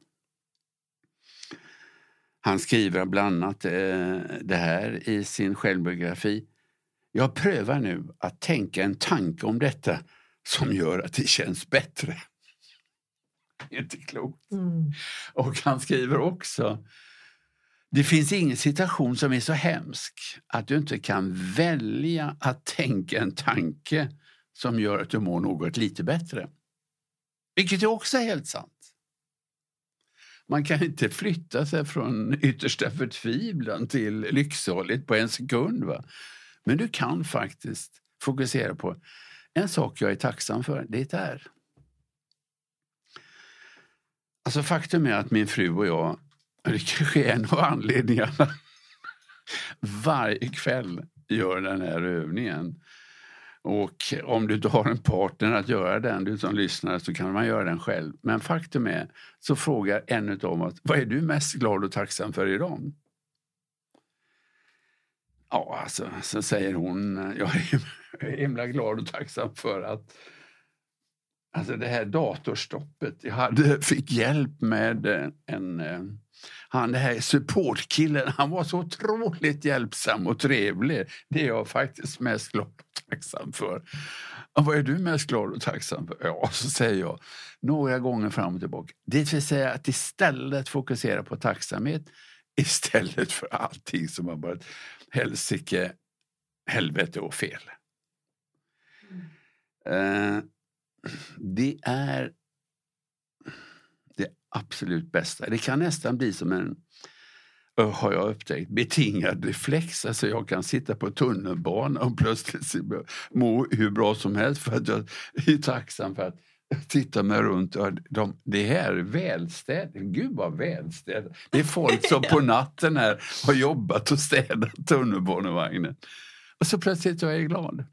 Han skriver bland annat det här i sin självbiografi. Jag prövar nu att tänka en tanke om detta som gör att det känns bättre. Det är inte klokt. Och han skriver också. Det finns ingen situation som är så hemsk att du inte kan välja att tänka en tanke som gör att du mår något lite bättre. Vilket är också helt sant. Man kan inte flytta sig från yttersta förtvivlan till lycksaligt på en sekund. Va? Men du kan faktiskt fokusera på en sak jag är tacksam för. Det är. Alltså faktum är att min fru och jag, det kanske är en av anledningarna, varje kväll gör den här övningen. Och om du inte har en partner att göra den, du som lyssnar, så kan man göra den själv. Men faktum är, så frågar en av dem att vad är du mest glad och tacksam för idag? Ja, alltså, så säger hon, jag är himla glad och tacksam för att alltså det här datorstoppet, jag fick hjälp med det här supportkillen, han var så otroligt hjälpsam och trevlig. Det är jag faktiskt mest glad och tacksam för. Och vad är du mest glad och tacksam för? Ja, så säger jag några gånger fram och tillbaka. Det vill säga att istället fokusera på tacksamhet istället för allting som har varit helsike, helvete och fel. Det är det absolut bästa. Det kan nästan bli som en, har jag upptäckt, betingad reflex. Alltså jag kan sitta på tunnelbanan och plötsligt må hur bra som helst för att jag är tacksam för att titta mig runt. Det här är välstädat. Gud vad välstädat. Det är folk som på natten här har jobbat och städat tunnelbanevagnen. Och så plötsligt är jag glad.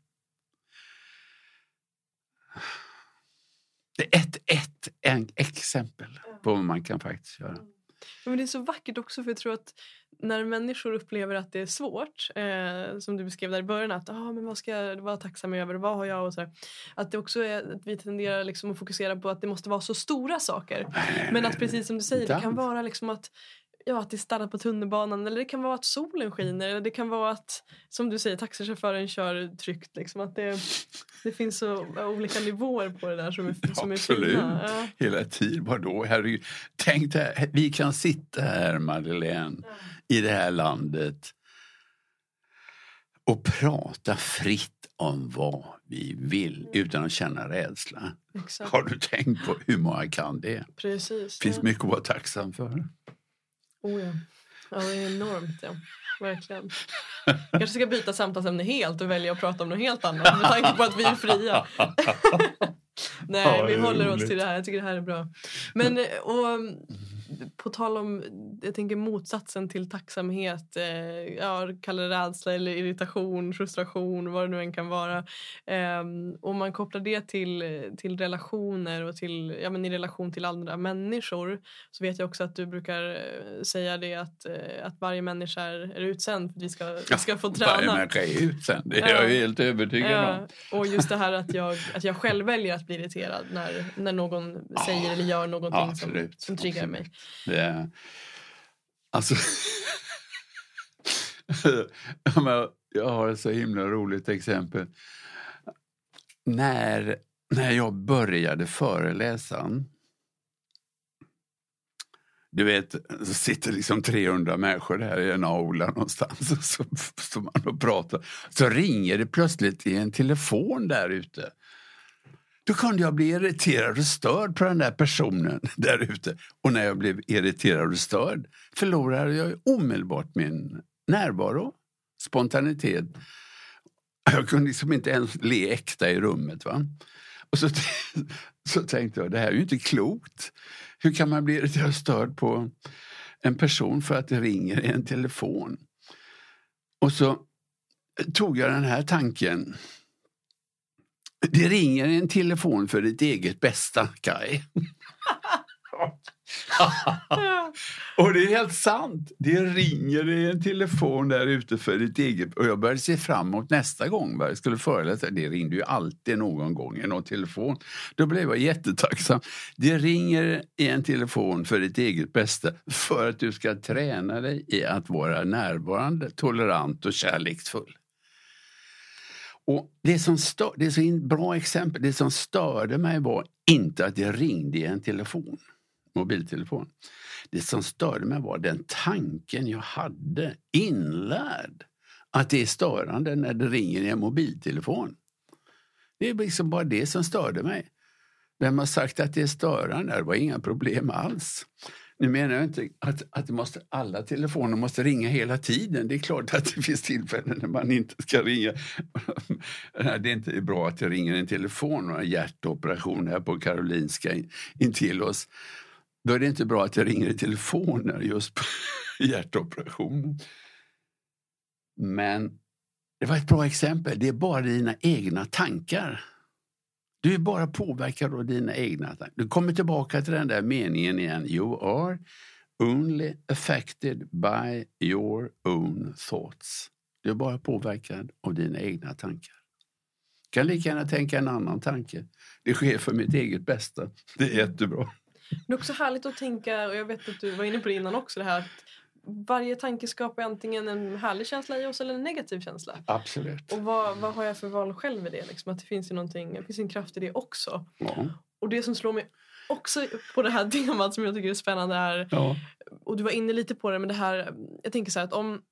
Det är ett exempel på vad man kan faktiskt göra. Men det är så vackert också, för jag tror att när människor upplever att det är svårt, som du beskrev där i början, att men vad ska jag vara tacksam över, vad har jag och så här, att det också är att vi tenderar liksom att fokusera på att det måste vara så stora saker, men att precis som du säger, det kan vara liksom att det stannar på tunnelbanan, eller det kan vara att solen skiner, eller det kan vara att, som du säger, taxichauffören kör tryggt liksom, att det finns så olika nivåer på det där som är fina. Ja. Hela tiden, vadå? Herregud. Tänk dig, vi kan sitta här, Madeleine, i det här landet och prata fritt om vad vi vill utan att känna rädsla. Exakt. Har du tänkt på hur många kan det? Precis. Det finns mycket att vara tacksam för. Oh ja. Ja, det är enormt, ja. Verkligen. Kanske ska byta samtalsämne helt och välja att prata om något helt annat med tanke på att vi är fria. Nej, vi håller oss till det här. Jag tycker det här är bra. Men, och på tal om, jag tänker motsatsen till tacksamhet, kallar det rädsla eller irritation, frustration, vad det nu än kan vara. Och man kopplar det till relationer och till, i relation till andra människor, så vet jag också att du brukar säga det att varje människa är utsänd för att vi ska få träna. Varje människa är utsänd, det är jag helt övertygad om. Och just det här att jag själv väljer att bli irriterad när någon säger eller gör någonting som triggar mig. Det, alltså jag har ett så himla roligt exempel. När jag började föreläsa, du vet, så sitter liksom 300 människor här i en aula någonstans och så står man och pratar. Så ringer det plötsligt i en telefon där ute. Då kunde jag bli irriterad och störd på den där personen där ute. Och när jag blev irriterad och störd förlorade jag omedelbart min närvaro, spontanitet. Jag kunde liksom inte ens le äkta i rummet, va? Och så tänkte jag, det här är ju inte klokt. Hur kan man bli irriterad och störd på en person för att det ringer i en telefon? Och så tog jag den här tanken. Det ringer en telefon för ditt eget bästa, Kai. Och det är helt sant. Det ringer en telefon där ute för ditt eget. Och jag började se fram emot nästa gång jag skulle föreläsa. Det ringde ju alltid någon gång i någon telefon. Då blev jag jättetacksam. Det ringer en telefon för ditt eget bästa för att du ska träna dig i att vara närvarande, tolerant och kärleksfull. Och det är så bra exempel. Det som störde mig var inte att det ringde i en mobiltelefon. Det som störde mig var den tanken jag hade inlärd att det är störande när det ringer i en mobiltelefon. Det är liksom bara det som störde mig. Vem har sagt att det är störande? Det var inga problem alls. Nu menar jag inte att alla telefoner måste ringa hela tiden. Det är klart att det finns tillfällen när man inte ska ringa. Det är inte bra att det ringer en telefon och en hjärtoperation här på Karolinska intill oss. Då är det inte bra att det ringer telefoner just på hjärtoperationen. Men det var ett bra exempel. Det är bara dina egna tankar. Du är bara påverkad av dina egna tankar. Du kommer tillbaka till den där meningen igen. You are only affected by your own thoughts. Du är bara påverkad av dina egna tankar. Du kan lika gärna tänka en annan tanke. Det sker för mitt eget bästa. Det är jättebra. Det är också härligt att tänka, och jag vet att du var inne på det innan också, det här att varje tanke skapar antingen en härlig känsla i oss eller en negativ känsla. Absolut. Och vad har jag för val själv i det? Liksom? Att det finns ju någonting, det finns en kraft i det också. Ja. Och det som slår mig också på det här temat som jag tycker är spännande är, och du var inne lite på det, men det här, jag tänker så här att om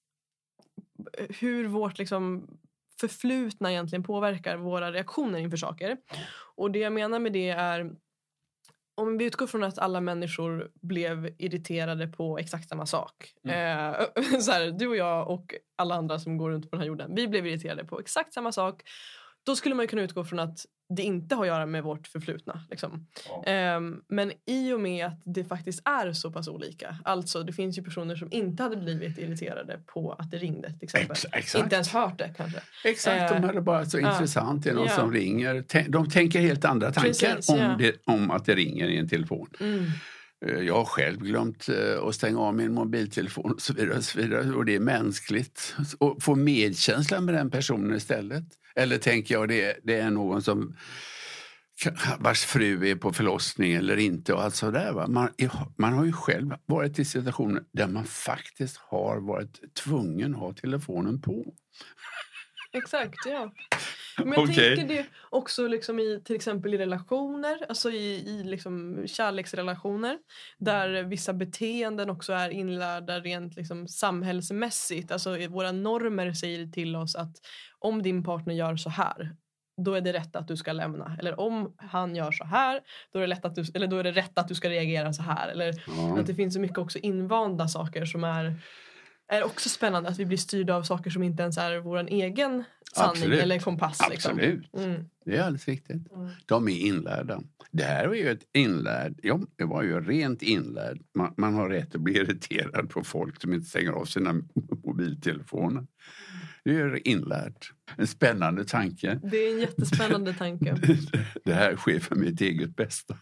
hur vårt liksom förflutna egentligen påverkar våra reaktioner inför saker. Och det jag menar med det är, om vi utgår från att alla människor blev irriterade på exakt samma sak. Så här, du och jag och alla andra som går runt på den här jorden. Vi blev irriterade på exakt samma sak. Då skulle man ju kunna utgå från att det inte har att göra med vårt förflutna. Liksom. Men i och med att det faktiskt är så pass olika. Alltså det finns ju personer som inte hade blivit irriterade på att det ringde till exempel. Exakt. Inte ens hört det kanske. Exakt, de hade bara så intressant. Det är någon som ringer. De tänker helt andra tankar. Precis, om att det ringer i en telefon. Jag har själv glömt att stänga av min mobiltelefon och så vidare. Och så vidare. Och det är mänskligt. Och få medkänsla med den personen istället. Eller tänker jag det är någon som vars fru är på förlossning eller inte och allt sådär. Va? Man har ju själv varit i situationer där man faktiskt har varit tvungen att ha telefonen på. Exakt, ja. Men jag tänker det också liksom i, till exempel i relationer, alltså i liksom kärleksrelationer, där vissa beteenden också är inlärda rent liksom samhällsmässigt. Alltså våra normer säger till oss att om din partner gör så här, då är det rätt att du ska lämna. Eller om han gör så här, då är det rätt att du ska reagera så här. Eller att det finns så mycket också invanda saker som är också spännande, att vi blir styrda av saker som inte ens är vår egen sanning eller kompass. Absolut. Liksom. Det är alldeles riktigt. De är inlärda. Det här var ju ett det var ju rent inlärd. Man har rätt att bli irriterad på folk som inte stänger av sina mobiltelefoner. Det är ju inlärt. En spännande tanke. Det är en jättespännande tanke. Det här sker för mitt eget bästa.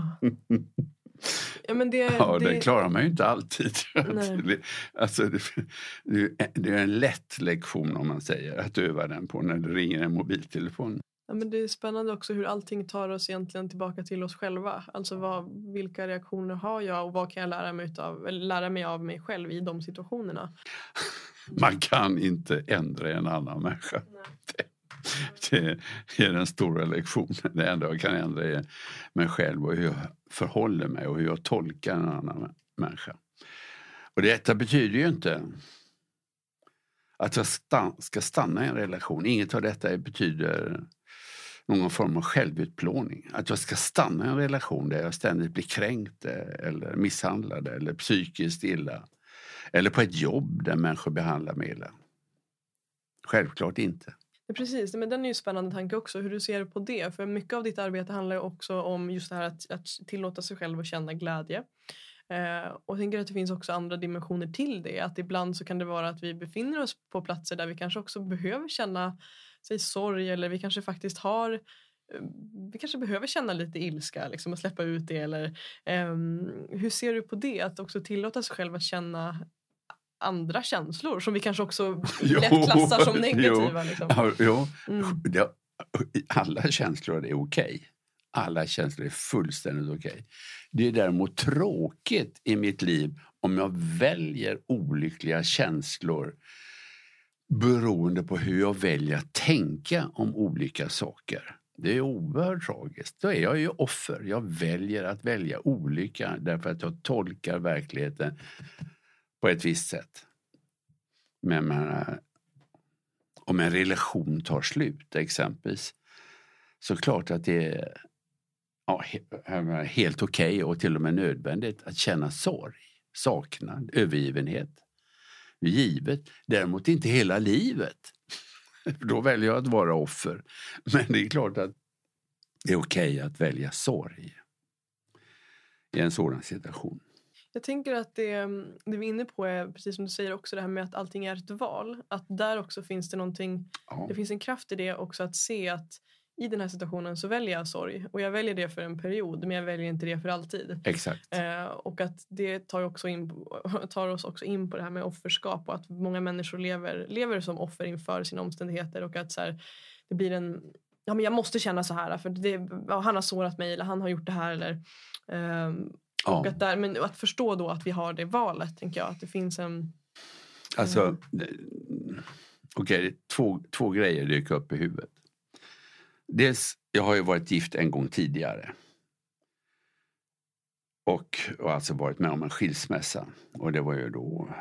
Ja, men det klarar man ju inte alltid. Alltså, det är en lätt lektion om man säger att öva den på när det ringer en mobiltelefon. Ja, men det är spännande också hur allting tar oss egentligen tillbaka till oss själva. Alltså vilka reaktioner har jag och vad kan jag lära mig av mig själv i de situationerna? Man kan inte ändra en annan människa. Det är den stora lektionen. Det enda jag kan ändra är mig själv och hur jag förhåller mig och hur jag tolkar en annan människa. Och detta betyder ju inte att jag ska stanna i en relation. Inget av detta betyder någon form av självutplåning. Att jag ska stanna i en relation där jag ständigt blir kränkt eller misshandlad eller psykiskt illa. Eller på ett jobb där människor behandlar mig illa. Självklart inte. Ja, precis, men den är ju spännande tanke också, hur du ser på det. För mycket av ditt arbete handlar ju också om just det här att tillåta sig själv att känna glädje. Och jag tänker att det finns också andra dimensioner till det. Att ibland så kan det vara att vi befinner oss på platser där vi kanske också behöver känna sorg. Eller vi kanske faktiskt vi kanske behöver känna lite ilska liksom, och släppa ut det. Eller, hur ser du på det? Att också tillåta sig själv att känna andra känslor som vi kanske också lätt klassar som negativa. Alla känslor är okej. Alla känslor är fullständigt okej. Det är däremot tråkigt i mitt liv om jag väljer olyckliga känslor beroende på hur jag väljer att tänka om olika saker. Det är oerhört tragiskt. Då är jag ju offer. Jag väljer att välja olycka därför att jag tolkar verkligheten på ett visst sätt. Men om en relation tar slut exempelvis, så klart att det helt okej och till och med nödvändigt att känna sorg, saknad, övergivenhet. Givet, däremot inte hela livet. Då väljer jag att vara offer. Men det är klart att det är okej att välja sorg i en sådan situation. Jag tänker att det vi är inne på är, precis som du säger också, det här med att allting är ett val. Att där också finns det någonting, det finns en kraft i det också, att se att i den här situationen så väljer jag sorg. Och jag väljer det för en period, men jag väljer inte det för alltid. Exakt. Och att det tar oss också in på det här med offerskap. Och att många människor lever som offer inför sina omständigheter. Och att så här, det blir en... Ja, men jag måste känna så här, för han har sårat mig, eller han har gjort det här. Eller, och att förstå då att vi har det valet, tänker jag. Att det finns en... Alltså, okej, två grejer dyker upp i huvudet. Dels, jag har ju varit gift en gång tidigare. Och alltså varit med om en skilsmässa. Och det var ju då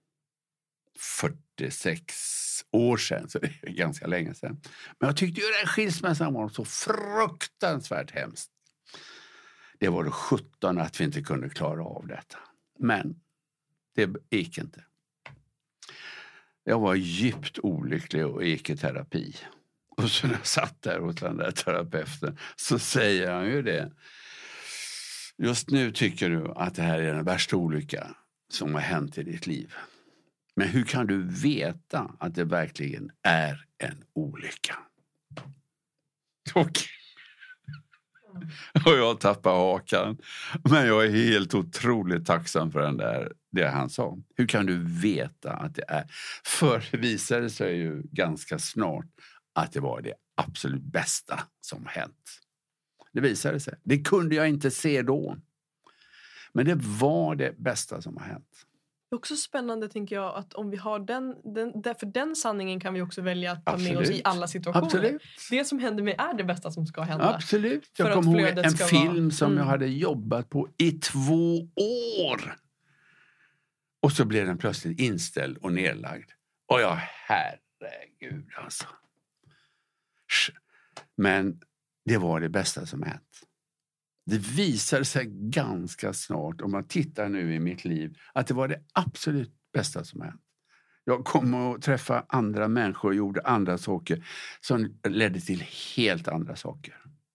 46 år sedan, så det är ganska länge sedan. Men jag tyckte ju den skilsmässan var så fruktansvärt hemskt. Det var då 17 att vi inte kunde klara av detta. Men det gick inte. Jag var djupt olycklig och gick i terapi. Och så när jag satt där hos den där terapeuten så säger han ju det. Just nu tycker du att det här är den värsta olycka som har hänt i ditt liv. Men hur kan du veta att det verkligen är en olycka? Och jag tappar hakan. Men jag är helt otroligt tacksam för det han sa. Hur kan du veta att det är? För det visade sig ju ganska snart att det var det absolut bästa som hänt. Det visade sig. Det kunde jag inte se då. Men det var det bästa som har hänt. Det är också spännande, tänker jag, att om vi har för den sanningen kan vi också välja att ta med oss i alla situationer. Absolut. Det som händer mig är det bästa som ska hända. Absolut. Jag kommer ihåg en film som jag hade jobbat på i 2 år. Och så blev den plötsligt inställd och nedlagd. Och jag, herregud alltså. Men det var det bästa som hänt. Det visade sig ganska snart, om man tittar nu i mitt liv, att det var det absolut bästa som hänt. Jag kom att träffa andra människor och gjorde andra saker som ledde till helt andra saker.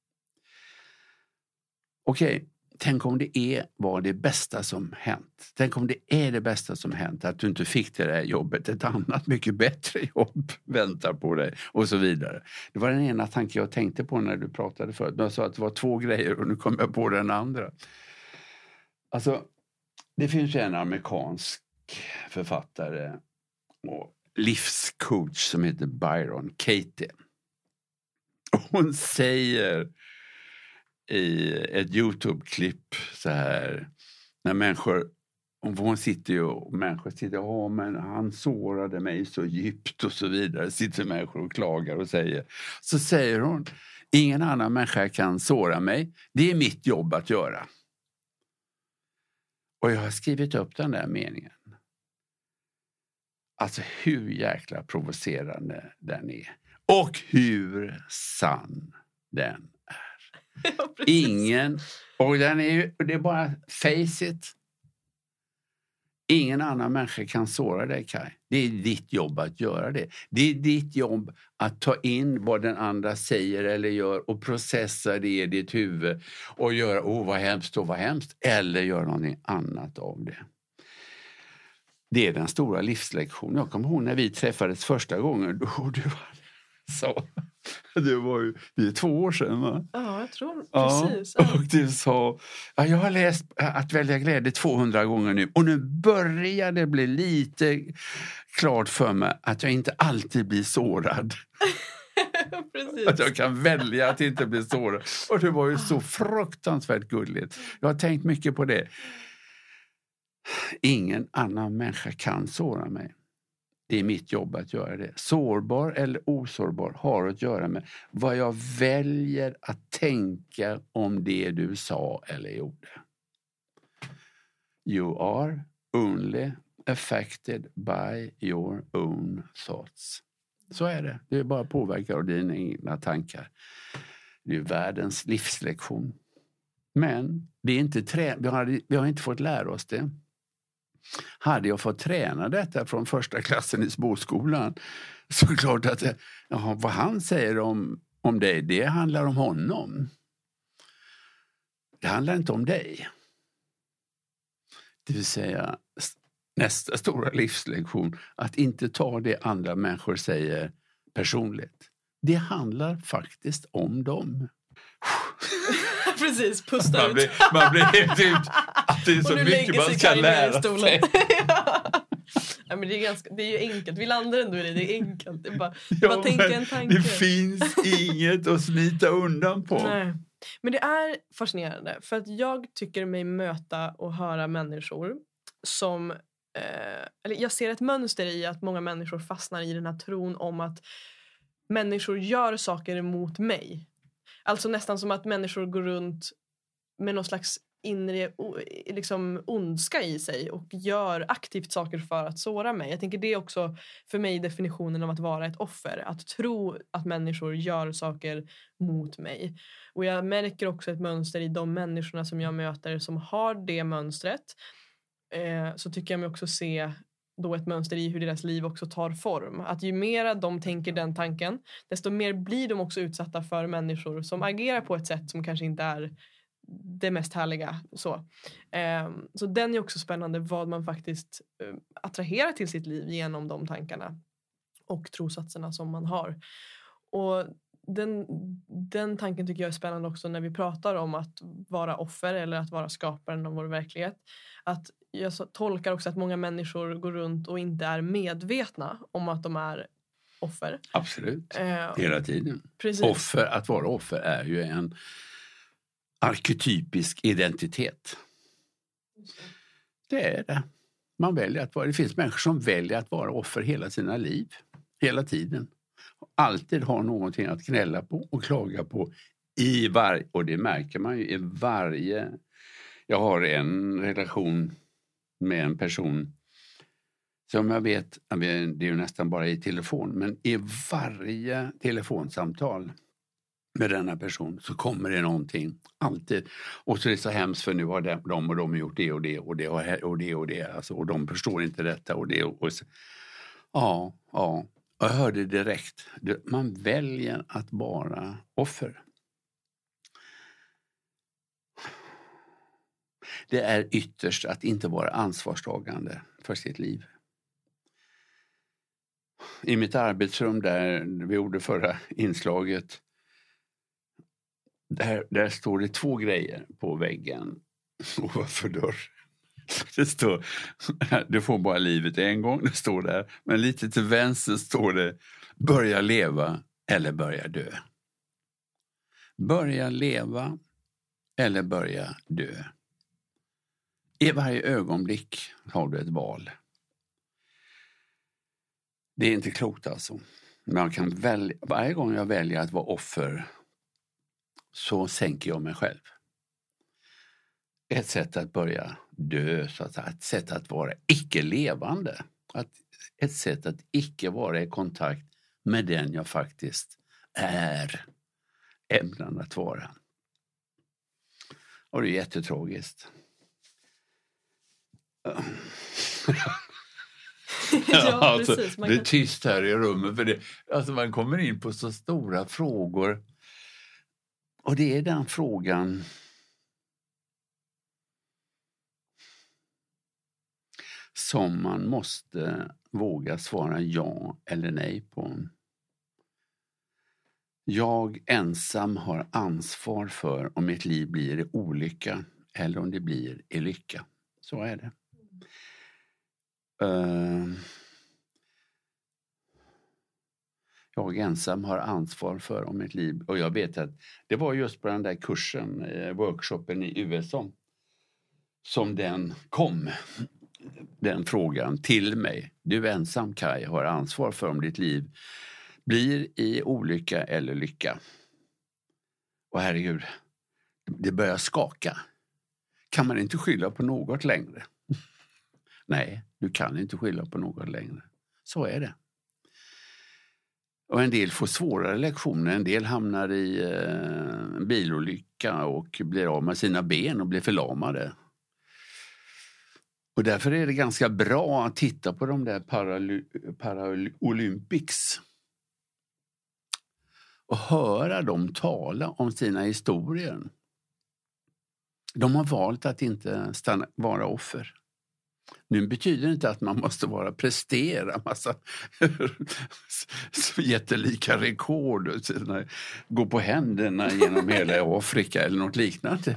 Okej, tänk om det var det bästa som hänt. Tänk om det är det bästa som hänt, att du inte fick det där jobbet. Ett annat mycket bättre jobb väntar på dig och så vidare. Det var den ena tanken jag tänkte på när du pratade förut. Jag sa att det var 2 grejer och nu kom jag på den andra. Alltså, det finns ju en amerikansk författare och livscoach som heter Byron Katie. Och hon säger i ett YouTube-klipp så här, när människor sitter men han sårade mig så djupt och så vidare, sitter människor och klagar och säger, så säger hon, ingen annan människa kan såra mig, det är mitt jobb att göra. Och jag har skrivit upp den där meningen. Alltså hur jäkla provocerande den är. Och hur sann den är. Ja, ingen, och det är bara face it. Ingen annan människa kan såra dig, Kai. Det är ditt jobb att göra det. Det är ditt jobb att ta in vad den andra säger eller gör och processa det i ditt huvud och göra, vad hemskt, eller göra någonting annat av det. Det är den stora livslektionen. Jag kommer ihåg när vi träffades första gången, då du var så. Det är 2 år sedan, va? Ja, jag tror precis. Ja, och du sa, jag har läst Att välja glädje 200 gånger nu. Och nu börjar det bli lite klart för mig att jag inte alltid blir sårad. Precis. Att jag kan välja att inte bli sårad. Och det var ju så fruktansvärt gulligt. Jag har tänkt mycket på det. Ingen annan människa kan såra mig. Det är mitt jobb att göra det. Sårbar eller osårbar har att göra med vad jag väljer att tänka om det du sa eller gjorde. You are only affected by your own thoughts. Så är det. Det är bara påverkat av dina egna tankar. Det är världens livslektion. Men vi har inte fått lära oss det. Hade jag fått träna detta från första klassen i småskolan, så klart att vad han säger om dig, det handlar om honom. Det handlar inte om dig. Det vill säga nästa stora livslektion, att inte ta det andra människor säger personligt. Det handlar faktiskt om dem. Precis, pusta ut. Man blir helt ut att det är så mycket man ska lära sig. Ja, men det är ju enkelt. Vi landar ändå i det är enkelt. Det är bara tänka en tanke. Det finns inget att smita undan på. Nej. Men det är fascinerande, för att jag tycker mig möta och höra människor som eller jag ser ett mönster i att många människor fastnar i den här tron om att människor gör saker emot mig. Alltså nästan som att människor går runt med någon slags inre liksom ondska i sig och gör aktivt saker för att såra mig. Jag tänker det är också för mig definitionen av att vara ett offer. Att tro att människor gör saker mot mig. Och jag märker också ett mönster i de människorna som jag möter som har det mönstret. Så tycker jag mig också se då ett mönster i hur deras liv också tar form. Att ju mer de tänker den tanken, desto mer blir de också utsatta för människor som agerar på ett sätt som kanske inte är det mest härliga. Så den är också spännande, vad man faktiskt attraherar till sitt liv genom de tankarna och trosatserna som man har. Och den tanken tycker jag är spännande också när vi pratar om att vara offer eller att vara skaparen av vår verklighet. Att jag tolkar också att många människor går runt och inte är medvetna om att de är offer. Absolut, hela tiden. Precis. Att vara offer är ju en arketypisk identitet. Det är det. Man väljer att vara. Det finns människor som väljer att vara offer hela sina liv. Hela tiden. Alltid har någonting att gnälla på och klaga på. Och det märker man ju i varje... Jag har en relation med en person som jag vet, det är ju nästan bara i telefon, men i varje telefonsamtal med denna person så kommer det någonting, alltid. Och så är det så hemskt, för nu har de gjort det och det och det och det och det. Alltså, och de förstår inte detta och det. Och så. Ja. Och jag hörde direkt, man väljer att vara offer. Det är ytterst att inte vara ansvarstagande för sitt liv. I mitt arbetsrum där vi gjorde förra inslaget, där står det 2 grejer på väggen ovanför dörren. Det står, du får bara livet en gång, det står där. Men lite till vänster står det, börja leva eller börja dö. Börja leva eller börja dö. I varje ögonblick har du ett val. Det är inte klokt alltså. Man kan varje gång jag väljer att vara offer så sänker jag mig själv. Ett sätt att börja dö, så att säga. Ett sätt att vara icke-levande. Ett sätt att icke vara i kontakt med den jag faktiskt är ämnad att vara. Och det är jättetragiskt. Ja, alltså, precis. det är tyst här i rummet. För det, alltså man kommer in på så stora frågor. Och det är den frågan som man måste våga svara ja eller nej på. Jag ensam har ansvar för om mitt liv blir i olycka eller om det blir i lycka. Så är det. Jag ensam har ansvar för om mitt liv. Och jag vet att det var just på den där kursen, workshopen i USA, som den frågan till mig. Du ensam, Kaj, har ansvar för om ditt liv blir i olycka eller lycka. Och herregud, det börjar skaka. Kan man inte skylla på något längre? Nej, du kan inte skylla på något längre. Så är det. Och en del får svårare lektioner. En del hamnar i bilolycka och blir av med sina ben och blir förlamade. Och därför är det ganska bra att titta på de där Paralympics. Och höra dem tala om sina historier. De har valt att inte vara offer. Nu betyder det inte att man måste prestera massa jättelika rekord, gå på händerna genom hela Afrika eller något liknande.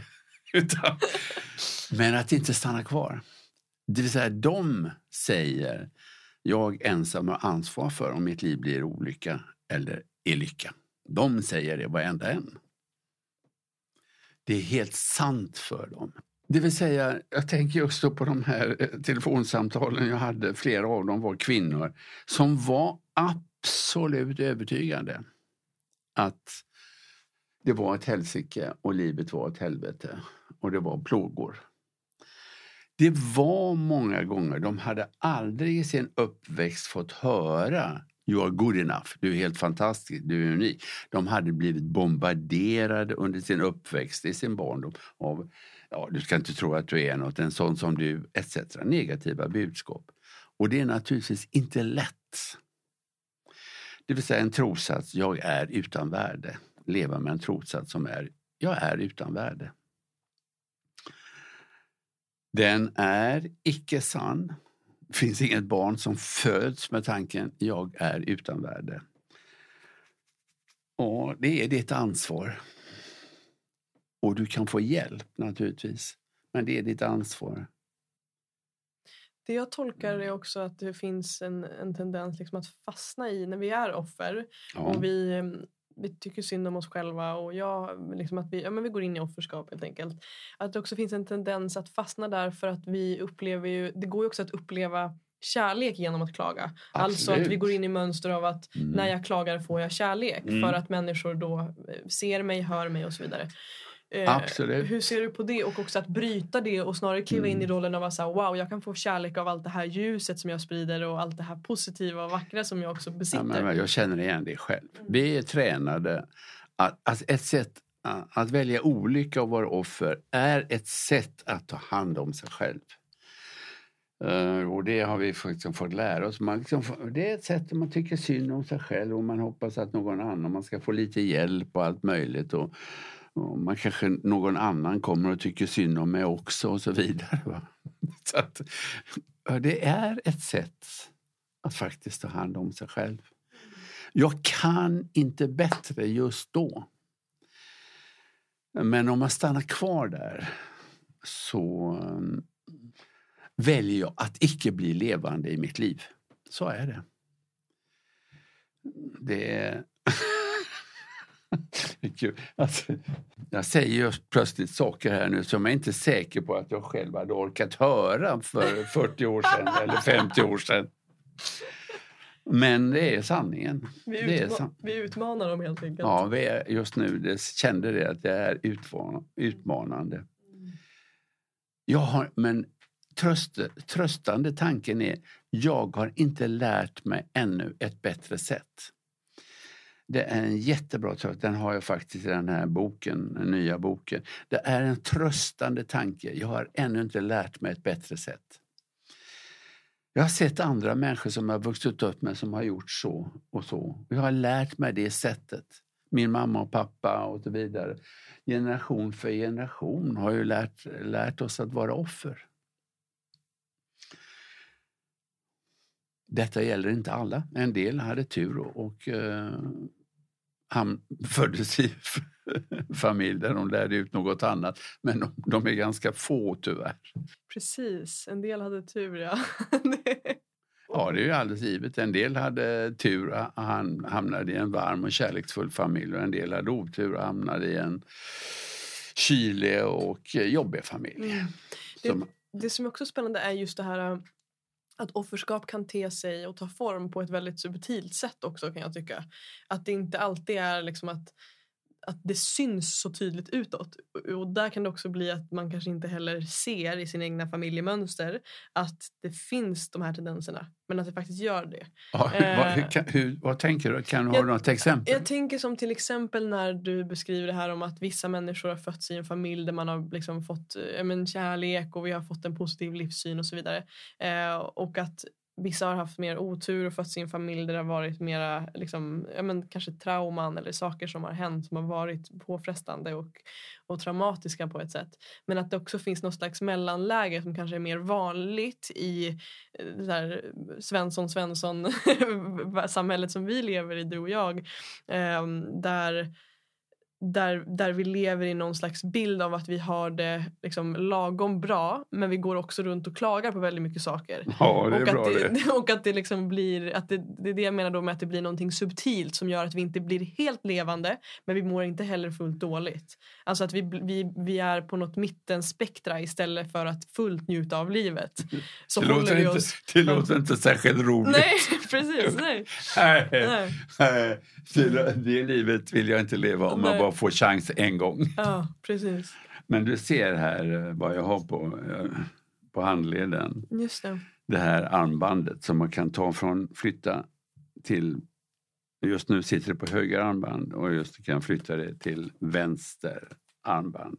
Men att inte stanna kvar. Det vill säga, de säger, jag ensam har ansvar för om mitt liv blir olycka eller är lycka. De säger det varenda en. Det är helt sant för dem. Det vill säga, jag tänker också på de här telefonsamtalen jag hade. Flera av dem var kvinnor som var absolut övertygade att det var ett helsike och livet var ett helvete. Och det var plågor. Det var många gånger, de hade aldrig i sin uppväxt fått höra you are good enough, du är helt fantastisk, du är unik. De hade blivit bombarderade under sin uppväxt i sin barndom av, ja, du ska inte tro att du är något, en sån som du, etc. Negativa budskap. Och det är naturligtvis inte lätt. Det vill säga en trossats, jag är utan värde. Leva med en trossats som är, jag är utan värde. Den är icke sann. Det finns inget barn som föds med tanken, jag är utan värde. Och det är ditt ansvar. Och du kan få hjälp naturligtvis. Men det är ditt ansvar. Det jag tolkar är också att det finns en tendens liksom att fastna i när vi är offer. Ja. Och vi tycker synd om oss själva och liksom att vi går in i offerskap helt enkelt. Att det också finns en tendens att fastna där för att vi upplever ju, det går ju också att uppleva kärlek genom att klaga. Absolut. Alltså att vi går in i mönster av att när jag klagar får jag kärlek. För att människor då ser mig, hör mig och så vidare. Absolut. Hur ser du på det och också att bryta det och snarare kliva in i rollen av att säga, wow, jag kan få kärlek av allt det här ljuset som jag sprider och allt det här positiva och vackra som jag också besitter. Ja, men jag känner igen det själv. Vi är tränade att ett sätt att välja olycka och vara offer är ett sätt att ta hand om sig själv. Och det har vi faktiskt fått lära oss. Det är ett sätt att man tycker synd om sig själv och man hoppas att man ska få lite hjälp och allt möjligt och man kanske någon annan kommer och tycker synd om mig också och så vidare. Va? Så att, det är ett sätt att faktiskt ta hand om sig själv. Jag kan inte bättre just då. Men om man stannar kvar där så väljer jag att icke bli levande i mitt liv. Så är det. Det är... Alltså, jag säger just plötsligt saker här nu som jag inte är säker på att jag själv hade orkat höra för 40 år sedan eller 50 år sedan. Men det är sanningen. Vi utmanar dem helt enkelt. Ja, just nu kände det att det är utmanande. Men tröstande tanken är, jag har inte lärt mig ännu ett bättre sätt. Det är en jättebra tröst. Den har jag faktiskt i den här boken, den nya boken. Det är en tröstande tanke. Jag har ännu inte lärt mig ett bättre sätt. Jag har sett andra människor som har vuxit upp med som har gjort så och så. Jag har lärt mig det sättet. Min mamma och pappa och så vidare. Generation för generation har ju lärt oss att vara offer. Detta gäller inte alla. En del hade tur och han föddes i familj där de lärde ut något annat. Men de är ganska få tyvärr. Precis, en del hade tur, ja. Ja, det är ju alldeles givet. En del hade tur och han hamnade i en varm och kärleksfull familj. Och en del hade otur och hamnade i en kylig och jobbig familj. Det som är också spännande är just det här att offerskap kan te sig och ta form på ett väldigt subtilt sätt också, kan jag tycka. Att det inte alltid är liksom att det syns så tydligt utåt. Och där kan det också bli att man kanske inte heller ser i sina egna familjemönster att det finns de här tendenserna. Men att det faktiskt gör det. Ja, vad tänker du? Kan du ha något exempel? Jag tänker som till exempel när du beskriver det här om att vissa människor har fötts i en familj där man har liksom fått kärlek och vi har fått en positiv livssyn och så vidare. Och att vissa har haft mer otur och fötts i en familj där det har varit mera liksom, kanske trauman eller saker som har hänt som har varit påfrestande och traumatiska på ett sätt. Men att det också finns något slags mellanläge som kanske är mer vanligt i det här Svensson samhället som vi lever i, du och jag. Där vi lever i någon slags bild av att vi har det liksom lagom bra, men vi går också runt och klagar på väldigt mycket saker. Ja, det är bra det. Och att det liksom blir, att det är det jag menar då med att det blir någonting subtilt som gör att vi inte blir helt levande, men vi mår inte heller fullt dåligt. Alltså att vi är på något mittenspektra istället för att fullt njuta av livet. Så det låter inte särskilt roligt. Nej, precis. Nej. Det livet vill jag inte leva om man bara får chans en gång. Ja, precis. Men du ser här vad jag har på handleden. Just det. Det här armbandet som man kan flytta till. Just nu sitter det på höger armband och just kan flytta det till vänster armband.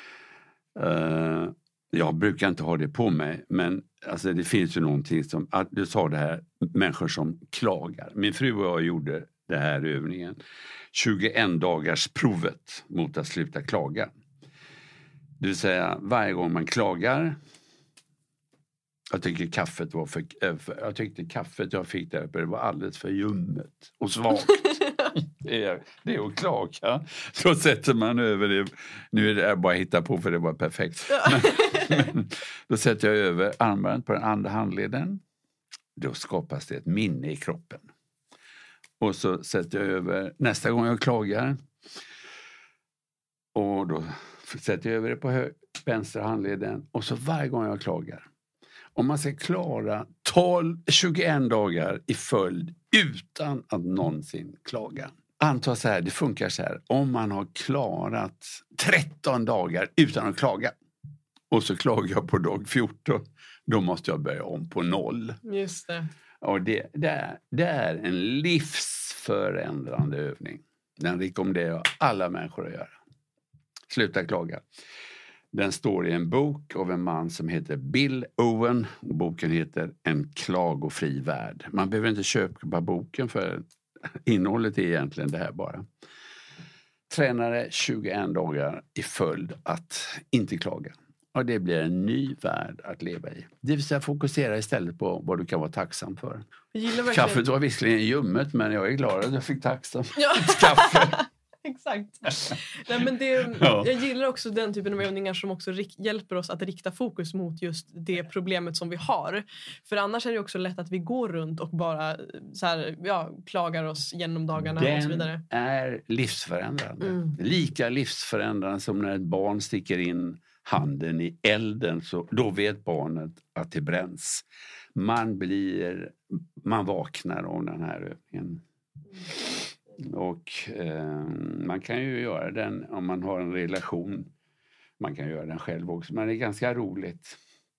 Jag brukar inte ha det på mig, men alltså det finns ju någonting som, du sa det här, människor som klagar. Min fru och jag gjorde det här övningen, 21 dagars provet mot att sluta klaga. Det vill säga varje gång man klagar, jag tyckte kaffet jag fick där uppe, det var alldeles för ljummet och svagt. Det är att klaga. Då sätter man över det. Nu är det bara att hitta på för det var perfekt. Men då sätter jag över armbandet på den andra handleden. Då skapas det ett minne i kroppen. Och så sätter jag över nästa gång jag klagar. Och då sätter jag över det på vänstra handleden. Och så varje gång jag klagar. Om man ska klara 21 dagar i följd utan att någonsin klaga. Anta så här, det funkar så här. Om man har klarat 13 dagar utan att klaga. Och så klagar jag på dag 14. Då måste jag börja om på 0. Just det. Och det är en livsförändrande övning. Den rekommenderar jag alla människor att göra. Sluta klaga. Den står i en bok av en man som heter Bill Owen. Boken heter En klagofri värld. Man behöver inte köpa boken för innehållet är egentligen det här bara. Tränare 21 dagar i följd att inte klaga. Och det blir en ny värld att leva i. Det vill säga fokusera istället på vad du kan vara tacksam för. Kaffet var visserligen ljummet, men jag är glad att jag fick tacksam. Ja. Kaffe. Exakt. Nej, men jag gillar också den typen av övningar som också hjälper oss att rikta fokus mot just det problemet som vi har. För annars är det också lätt att vi går runt och bara så här, klagar oss genom dagarna och så vidare. Den är livsförändrande. Lika livsförändrande som när ett barn sticker in handen i elden, så då vet barnet att det bränns. Man vaknar av den här övningen. Och man kan ju göra den om man har en relation. Man kan göra den själv också, men det är ganska roligt.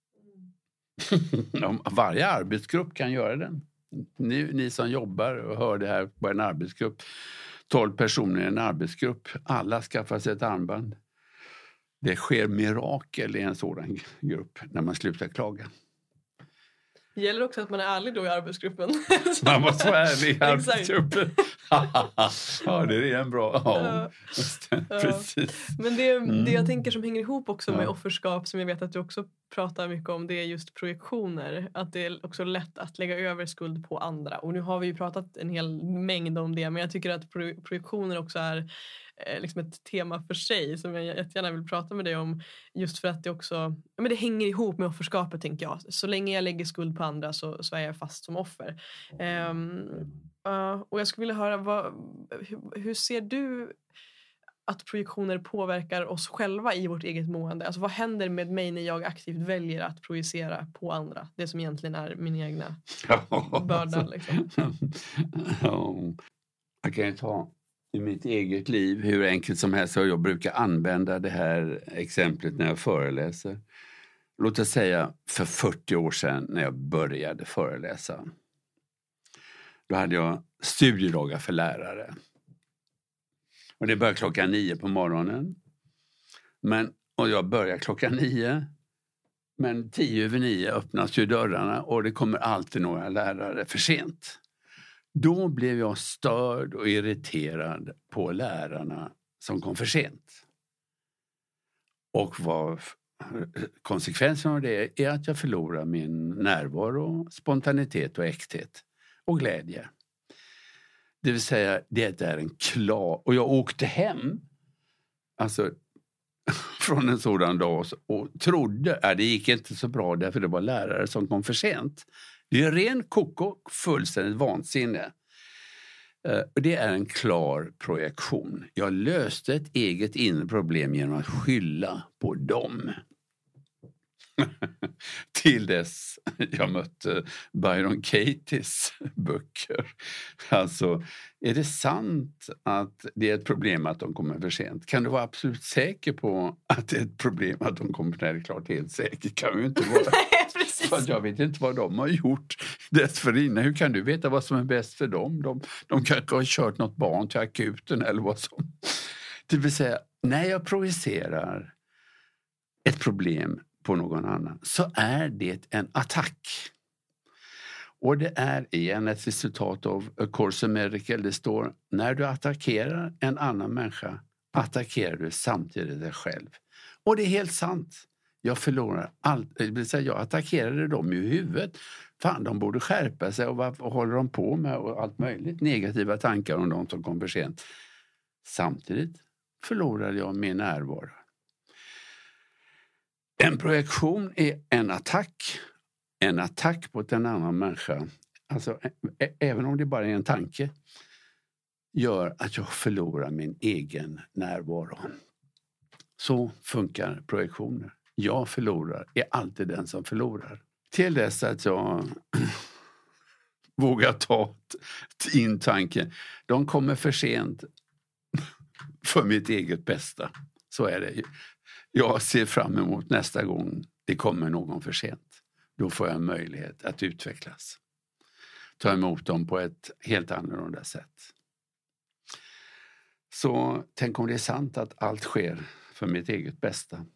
Varje arbetsgrupp kan göra den. Ni som jobbar och hör det här på en arbetsgrupp. 12 personer i en arbetsgrupp. Alla skaffar sig ett armband. Det sker mirakel i en sådan grupp när man slutar klaga. Det gäller också att man är ärlig då i arbetsgruppen. Man måste vara ärlig i arbetsgruppen. Ja, det är en bra. Ja, precis. Men det jag tänker som hänger ihop också med offerskap, som jag vet att du också pratar mycket om, det är just projektioner. Att det är också lätt att lägga över skuld på andra. Och nu har vi ju pratat en hel mängd om det, men jag tycker att projektioner också är liksom ett tema för sig som jag jättegärna vill prata med dig om, just för att det också, men det hänger ihop med offerskapet, tänker jag. Så länge jag lägger skuld på andra så är jag fast som offer. Och jag skulle vilja höra hur ser du att projektioner påverkar oss själva i vårt eget mående? Alltså vad händer med mig när jag aktivt väljer att projicera på andra? Det som egentligen är min egna börda liksom. Jag kan ju ta i mitt eget liv, hur enkelt som helst, och jag brukar använda det här exemplet när jag föreläser. Låt oss säga för 40 år sedan när jag började föreläsa. Då hade jag studiedagar för lärare. Och det började 9:00 på morgonen. Och jag börjar 9:00. Men 9:10 öppnas ju dörrarna och det kommer alltid några lärare för sent. Då blev jag störd och irriterad på lärarna som kom för sent. Och vad konsekvensen av det är att jag förlorar min närvaro, spontanitet och äkthet och glädje. Det vill säga, det är en klar... Och jag åkte hem från en sådan dag och trodde att det gick inte så bra därför det var lärare som kom för sent. Det är ren koko, fullständigt vansinne. Det är en klar projektion. Jag löste ett eget inre problem genom att skylla på dem. Till dess jag mötte Byron Katie's böcker. Alltså, är det sant att det är ett problem att de kommer för sent? Kan du vara absolut säker på att det är ett problem att de kommer? Nej, det är klart, helt säkert kan ju inte vara. Nej, precis. För jag vet inte vad de har gjort dessförinnan. Hur kan du veta vad som är bäst för dem? De kanske har kört något barn till akuten eller vad som... Det vill säga, när jag projicerar ett problem på någon annan så är det en attack. Och det är igen ett resultat av A Course in Miracles. Det står, när du attackerar en annan människa attackerar du samtidigt dig själv. Och det är helt sant. Jag förlorar allt. Det vill säga, jag attackerade dem i huvudet. Fan, de borde skärpa sig och vad håller de på med och allt möjligt. Negativa tankar om de som kom för sent. Samtidigt förlorade jag min närvaro. En projektion är en attack. En attack mot en annan människa. Alltså, även om det bara är en tanke. Gör att jag förlorar min egen närvaro. Så funkar projektioner. Jag förlorar är alltid den som förlorar. Till dess att jag vågar ta in tanken. De kommer för sent för mitt eget bästa. Så är det. Jag ser fram emot nästa gång det kommer någon för sent. Då får jag en möjlighet att utvecklas. Ta emot dem på ett helt annorlunda sätt. Så tänk om det är sant att allt sker för mitt eget bästa.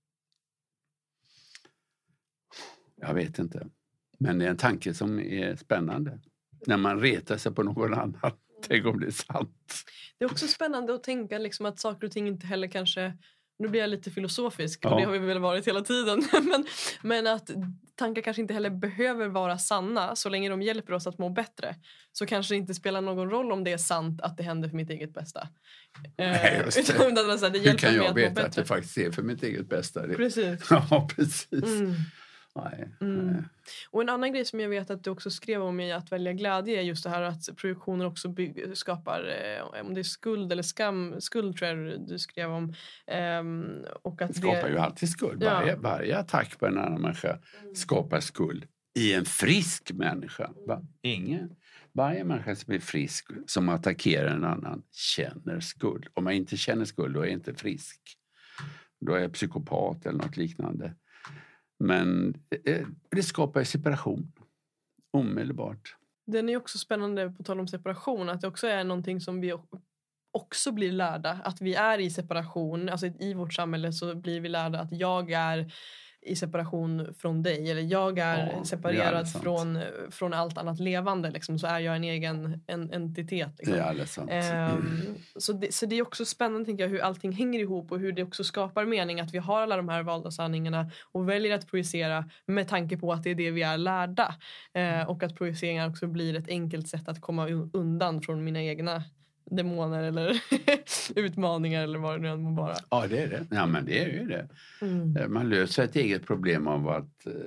Jag vet inte. Men det är en tanke som är spännande. När man retar sig på någon annan. Tänk om det är sant. Det är också spännande att tänka liksom att saker och ting inte heller kanske... Nu blir jag lite filosofisk och det har vi väl varit hela tiden. men att tankar kanske inte heller behöver vara sanna. Så länge de hjälper oss att må bättre. Så kanske det inte spelar någon roll om det är sant att det händer för mitt eget bästa. Nej, just det. Hur kan jag veta att det faktiskt är för mitt eget bästa? Precis. Ja, precis. Nej. Och en annan grej som jag vet att du också skrev om i Att välja glädje är just det här att projektioner också skapar om det är skuld eller skam, skuld tror jag du skrev om. Och att det skapar ju alltid skuld. Varje attack på en annan människa skapar skuld. I en frisk människa. Varje människa som är frisk som attackerar en annan känner skuld. Om man inte känner skuld då är jag inte frisk. Då är jag psykopat eller något liknande. Men det skapar separation omedelbart. Den är också spännande på tal om separation. Att det också är någonting som vi också blir lärda. Att vi är i separation. Alltså i vårt samhälle så blir vi lärda att jag är i separation från dig. Eller jag är separerad från allt annat levande. Liksom, så är jag en egen entitet. Liksom. Det är alldeles sant. Så det är också spännande tänker jag, hur allting hänger ihop. Och hur det också skapar mening att vi har alla de här valda sanningarna. Och väljer att projicera med tanke på att det är det vi är lärda. Och att projiceringar också blir ett enkelt sätt att komma undan från mina egna demoner eller utmaningar eller vad det nu än må vara. Ja, det är det. Ja, men det är ju det. Man löser ett eget problem av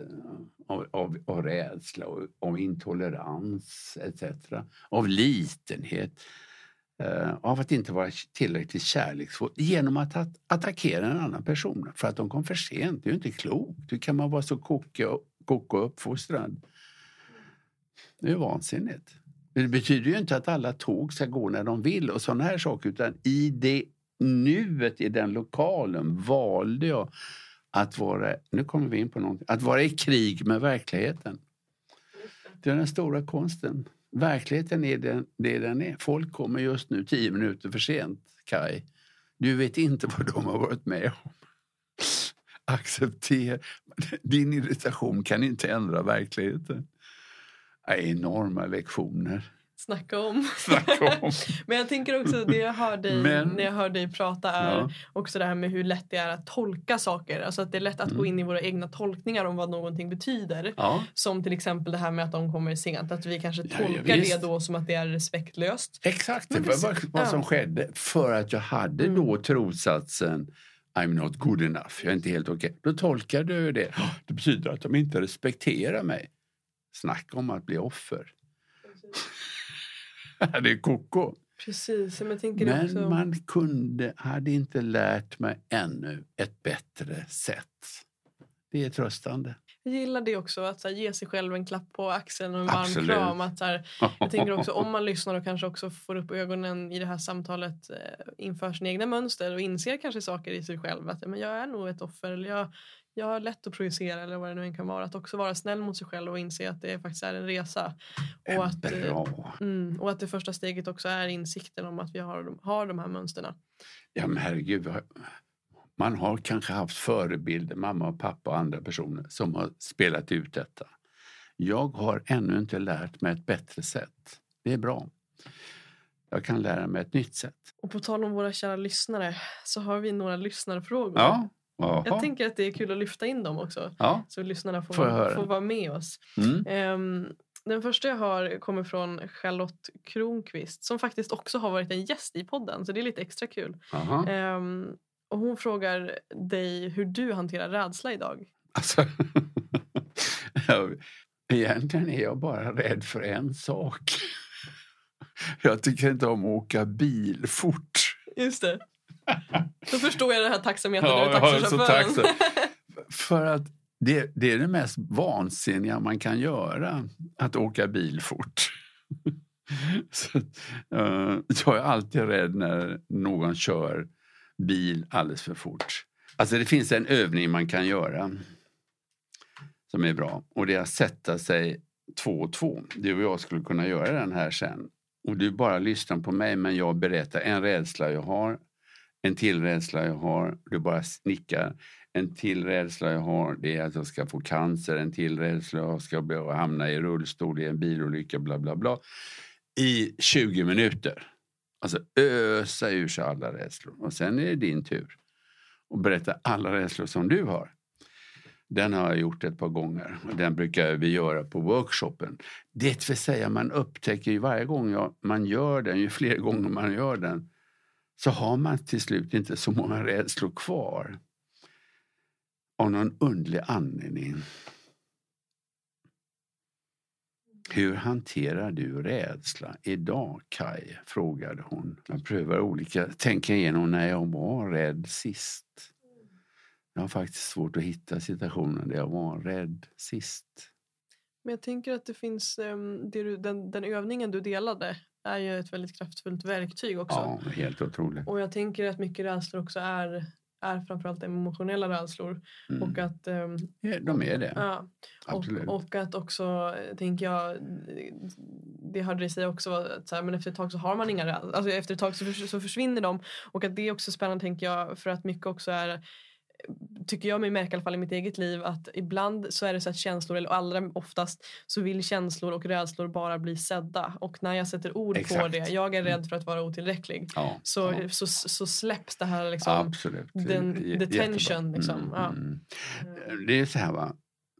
rädsla, av intolerans etc. Av litenhet. Av att inte vara tillräckligt kärleksfull genom att attackera en annan person för att de kom för sent. Det är ju inte klokt. Hur kan man vara så koko uppfostrad? Det är ju vansinnigt. Det betyder ju inte att alla tåg ska gå när de vill och sådana här saker, utan i det nuet, i den lokalen valde jag att vara, nu kommer vi in på någonting, att vara i krig med verkligheten. Det är den stora konsten. Verkligheten är det den är. Folk kommer just nu 10 minuter för sent, Kai. Du vet inte vad de har varit med om. Acceptera. Din irritation kan inte ändra verkligheten. Enorma lektioner. Snacka om. Snacka om. Men jag tänker också, det jag hör dig, när jag hör dig prata är också det här med hur lätt det är att tolka saker. Alltså att det är lätt att gå in i våra egna tolkningar om vad någonting betyder. Ja. Som till exempel det här med att de kommer sent. Att vi kanske tolkar det då som att det är respektlöst. Exakt, det var vad som skedde. För att jag hade då trossatsen I'm not good enough, jag är inte helt okej. Då tolkar du det. Det betyder att de inte respekterar mig. Snacka om att bli offer. Det är koko. Precis, men jag tänker också... man hade inte lärt mig ännu ett bättre sätt. Det är tröstande. Jag gillar det också, att så här, ge sig själv en klapp på axeln och en varm kram. Att, så här, jag tänker också, om man lyssnar och kanske också får upp ögonen i det här samtalet inför sina egna mönster och inser kanske saker i sig själv. Att men jag är nog ett offer, eller jag har lätt att projicera, eller vad det nu än kan vara. Att också vara snäll mot sig själv och inse att det faktiskt är en resa. Och att det första steget också är insikten om att vi har de här mönsterna. Ja, men herregud, man har kanske haft förebilder, mamma och pappa och andra personer som har spelat ut detta. Jag har ännu inte lärt mig ett bättre sätt. Det är bra. Jag kan lära mig ett nytt sätt. Och på tal om våra kära lyssnare så har vi några lyssnarfrågor. Ja. Aha. Jag tänker att det är kul att lyfta in dem också. Ja. Så lyssnarna får vara med oss. Den första jag har kommer från Charlotte Kronqvist, som faktiskt också har varit en gäst i podden. Så det är lite extra kul. Och hon frågar dig hur du hanterar rädsla idag. Alltså, egentligen är jag bara rädd för en sak. Jag tycker inte om att åka bil fort. Just det. Då förstår jag det här tacksamheten. Taxichauffören. För att det är det mest vansinniga man kan göra. Att åka bil fort. Så, jag är alltid rädd när någon kör bil alldeles för fort. Alltså det finns en övning man kan göra som är bra. Och det är att sätta sig 2 och 2. Du och jag skulle kunna göra den här sen. Och du bara lyssnar på mig, men jag berättar en rädsla jag har. En till rädsla jag har. Du bara nickar. En till rädsla jag har, det är att jag ska få cancer. En till rädsla jag ska hamna i rullstol i en bilolycka, bla bla bla. I 20 minuter. Alltså ösa ur sig alla rädslor. Och sen är det din tur. Och berätta alla rädslor som du har. Den har jag gjort ett par gånger. Och den brukar vi göra på workshopen. Det vill säga, man upptäcker ju varje gång man gör den, ju fler gånger man gör den, så har man till slut inte så många rädslor kvar. Av någon underlig anledning. Hur hanterar du rädsla idag, Kai? Frågade hon. Jag prövar tänka igenom när jag var rädd sist. Jag har faktiskt svårt att hitta situationen där jag var rädd sist. Men jag tänker att det finns, den övningen du delade är ju ett väldigt kraftfullt verktyg också. Ja, helt otroligt. Och jag tänker att mycket rädslor också är framförallt emotionella rädslor. Och att, de är det. Ja, absolut. Och att också, tänker jag, det hörde dig säga också, att så här, men efter ett tag så har man inga rädslor. Alltså efter ett tag så försvinner de. Och att det är också spännande, tänker jag, för att mycket också är, tycker jag mig märka i alla fall i mitt eget liv, att ibland så är det så att känslor, eller allra oftast så vill känslor och rädslor bara bli sedda, och när jag sätter ord på det, jag är rädd för att vara otillräcklig, så släpps det här liksom. Absolut. The tension liksom. Det är så här, va,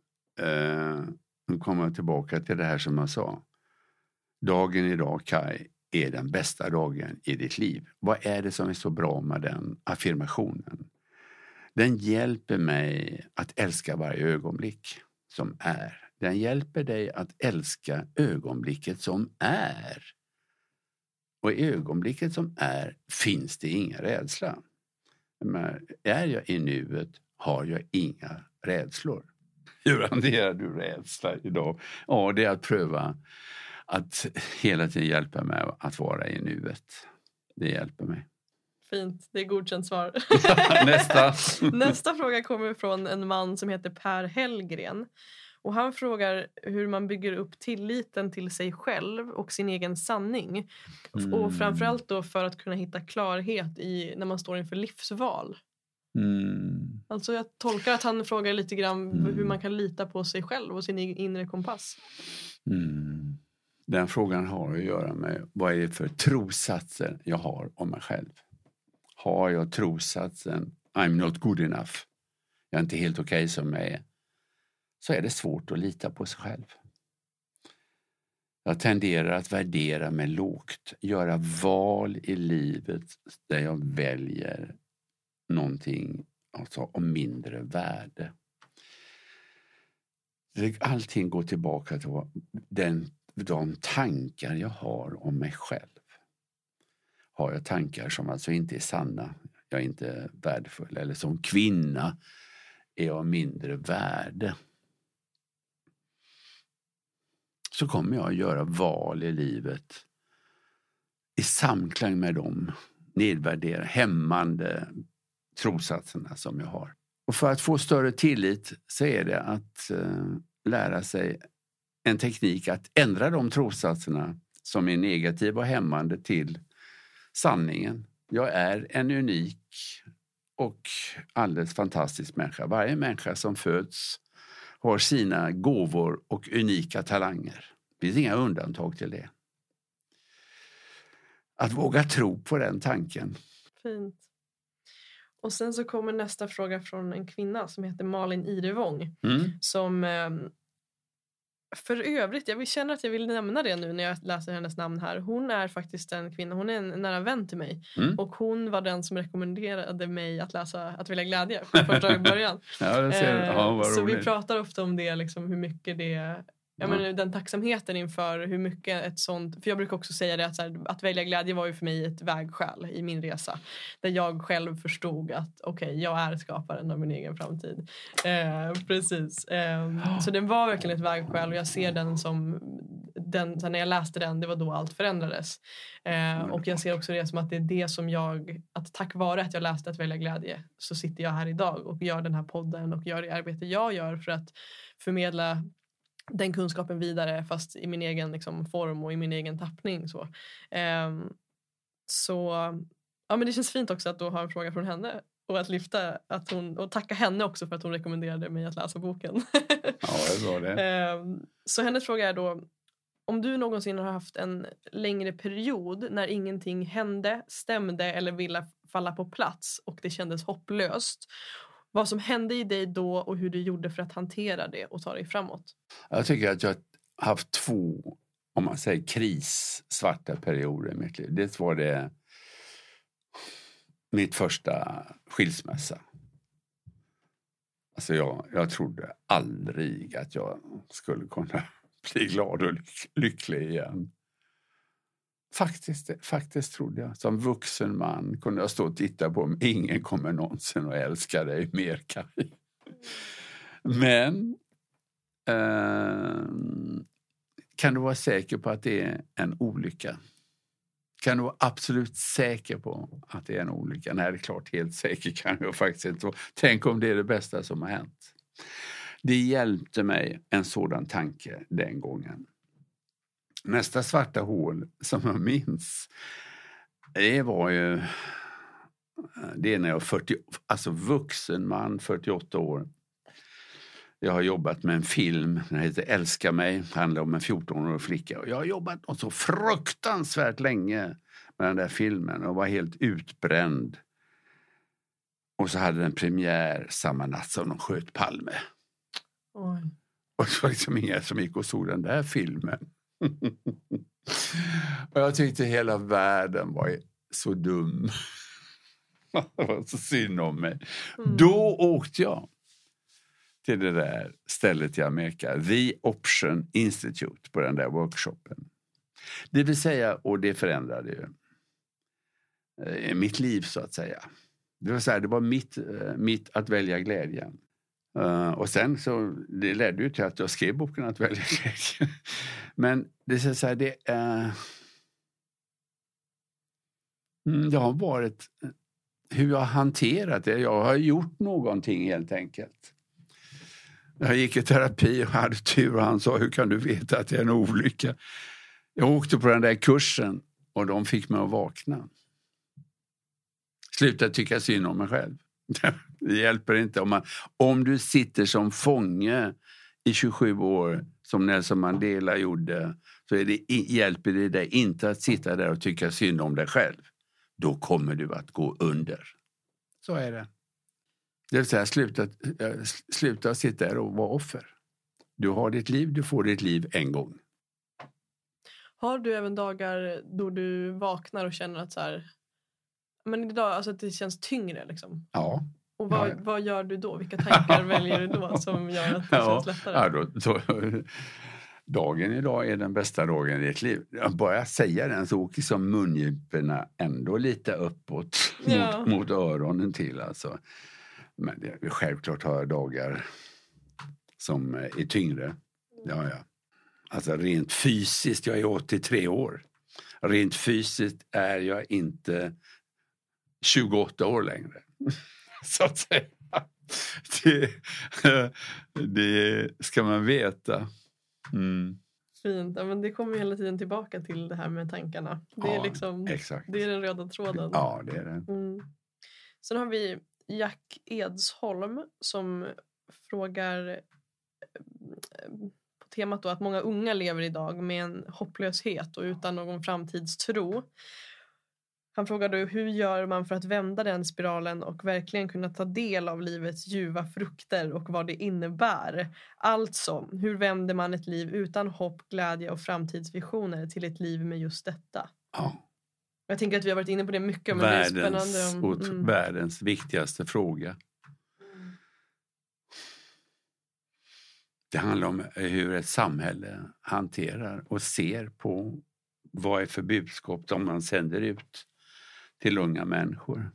nu kommer jag tillbaka till det här som jag sa. Dagen idag, Kai, är den bästa dagen i ditt liv. Vad är det som är så bra med den affirmationen? Den hjälper mig att älska varje ögonblick som är. Den hjälper dig att älska ögonblicket som är. Och i ögonblicket som är finns det inga rädsla. Men är jag i nuet har jag inga rädslor. Hur hanterar du rädsla idag? Ja, det är att pröva att hela tiden hjälpa mig att vara i nuet. Det hjälper mig. Fint, det är godkänt svar. Nästa. Nästa fråga kommer från en man som heter Per Hellgren. Och han frågar hur man bygger upp tilliten till sig själv och sin egen sanning. Och framförallt då för att kunna hitta klarhet i när man står inför livsval. Alltså jag tolkar att han frågar lite grann hur man kan lita på sig själv och sin inre kompass. Den frågan har att göra med vad är det för trossatser jag har om mig själv. Har jag trossatsen I'm not good enough, jag är inte helt okej som jag är, så är det svårt att lita på sig själv. Jag tenderar att värdera mig lågt, göra val i livet där jag väljer någonting alltså om mindre värde. Allting går tillbaka till de tankar jag har om mig själv. Har jag tankar som alltså inte är sanna, jag är inte värdefull, eller som kvinna är jag mindre värde, så kommer jag att göra val i livet i samklang med de nedvärderade, hämmande trossatserna som jag har. Och för att få större tillit så är det att lära sig en teknik att ändra de trossatserna som är negativa och hämmande till sanningen. Jag är en unik och alldeles fantastisk människa. Varje människa som föds har sina gåvor och unika talanger. Det finns inga undantag till det. Att våga tro på den tanken. Fint. Och sen så kommer nästa fråga från en kvinna som heter Malin Idevång. Som för övrigt, jag känner att jag vill nämna det nu när jag läser hennes namn här. Hon är faktiskt en kvinna, hon är en nära vän till mig. Och hon var den som rekommenderade mig att läsa Att vilja glädje från första början. Ja, det ser, så vi pratar ofta om det, liksom, hur mycket det... Ja, men den tacksamheten inför hur mycket ett sånt... För jag brukar också säga det att, så här, att välja glädje var ju för mig ett vägskäl i min resa. Där jag själv förstod att jag är skaparen av min egen framtid. Precis. Så den var verkligen ett vägskäl och jag ser den som... så när jag läste den, det var då allt förändrades. Och jag ser också det som att det är det som att tack vare att jag läste Att välja glädje så sitter jag här idag och gör den här podden och gör det arbete jag gör för att förmedla den kunskapen vidare, fast i min egen liksom, form och i min egen tappning. Så ja, men det känns fint också att då ha en fråga från henne och att lyfta att hon, och tacka henne också för att hon rekommenderade mig att läsa boken. Ja, det är bra det. Så hennes fråga är då: om du någonsin har haft en längre period när ingenting hände, stämde eller ville falla på plats och det kändes hopplöst, vad som hände i dig då och hur du gjorde för att hantera det och ta dig framåt? Jag tycker att jag har haft 2, om man säger svarta perioder i mitt liv. Det var det mitt första skilsmässa. Alltså jag trodde aldrig att jag skulle kunna bli glad och lycklig igen. Faktiskt trodde jag. Som vuxen man kunde jag stå och titta på om ingen kommer någonsin att älska dig mer, Kaj. Men kan du vara säker på att det är en olycka? Kan du vara absolut säker på att det är en olycka? Nej, det är klart, helt säker kan jag faktiskt inte. Tänk om det är det bästa som har hänt. Det hjälpte mig en sådan tanke den gången. Nästa svarta hål som jag minns, det var ju, det är när jag var vuxen man, 48 år. Jag har jobbat med en film, den heter Älska mig, handlar om en 14-årig flicka. Och jag har jobbat så fruktansvärt länge med den där filmen och var helt utbränd. Och så hade den premiär samma natt som de sköt Palme. Oj. Och det var liksom ingen som gick och såg den där filmen. Och jag tyckte hela världen var så dum. Det var så synd om mig. Då åkte jag till det där stället i Amerika, The Option Institute, på den där workshopen. Det vill säga, och det förändrade ju mitt liv så att säga. Det var så här, det var mitt att välja glädjen. Och sen så, det ledde ju till att jag skrev boken Att välja glädje. Men det är så här, det har varit hur jag har hanterat det. Jag har gjort någonting helt enkelt. Jag gick i terapi och hade tur och han sa, hur kan du veta att det är en olycka? Jag åkte på den där kursen och de fick mig att vakna. Sluta tycka synd om mig själv. Det hjälper inte. Om du sitter som fånge i 27 år som Nelson Mandela gjorde, så hjälper det dig inte att sitta där och tycka synd om dig själv. Då kommer du att gå under. Så är det. Det vill säga sluta sitta där och vara offer. Du har ditt liv, du får ditt liv en gång. Har du även dagar då du vaknar och känner att så här, men idag, alltså att det känns tyngre liksom? Ja. Och vad gör du då? Vilka tankar väljer du då som gör att det känns lättare? Ja, dagen idag är den bästa dagen i ditt liv. Jag bara säga den så åker som mungiporna ändå lite uppåt mot öronen till. Alltså. Men det är självklart har jag dagar som är tyngre. Ja. Alltså rent fysiskt, jag är 83 år. Rent fysiskt är jag inte 28 år längre. Så att säga. Det ska man veta. Fint, men det kommer hela tiden tillbaka till det här med tankarna. Det är liksom, exakt. Det är den röda tråden. Ja, det är det. Sen har vi Jack Edsholm som frågar på temat då att många unga lever idag med en hopplöshet och utan någon framtidstro. Han frågar då, hur gör man för att vända den spiralen och verkligen kunna ta del av livets ljuva frukter och vad det innebär? Alltså, hur vänder man ett liv utan hopp, glädje och framtidsvisioner till ett liv med just detta? Ja. Jag tänker att vi har varit inne på det mycket, men det är spännande. Världens viktigaste fråga. Det handlar om hur ett samhälle hanterar och ser på vad är för budskap som man sänder ut till unga människor.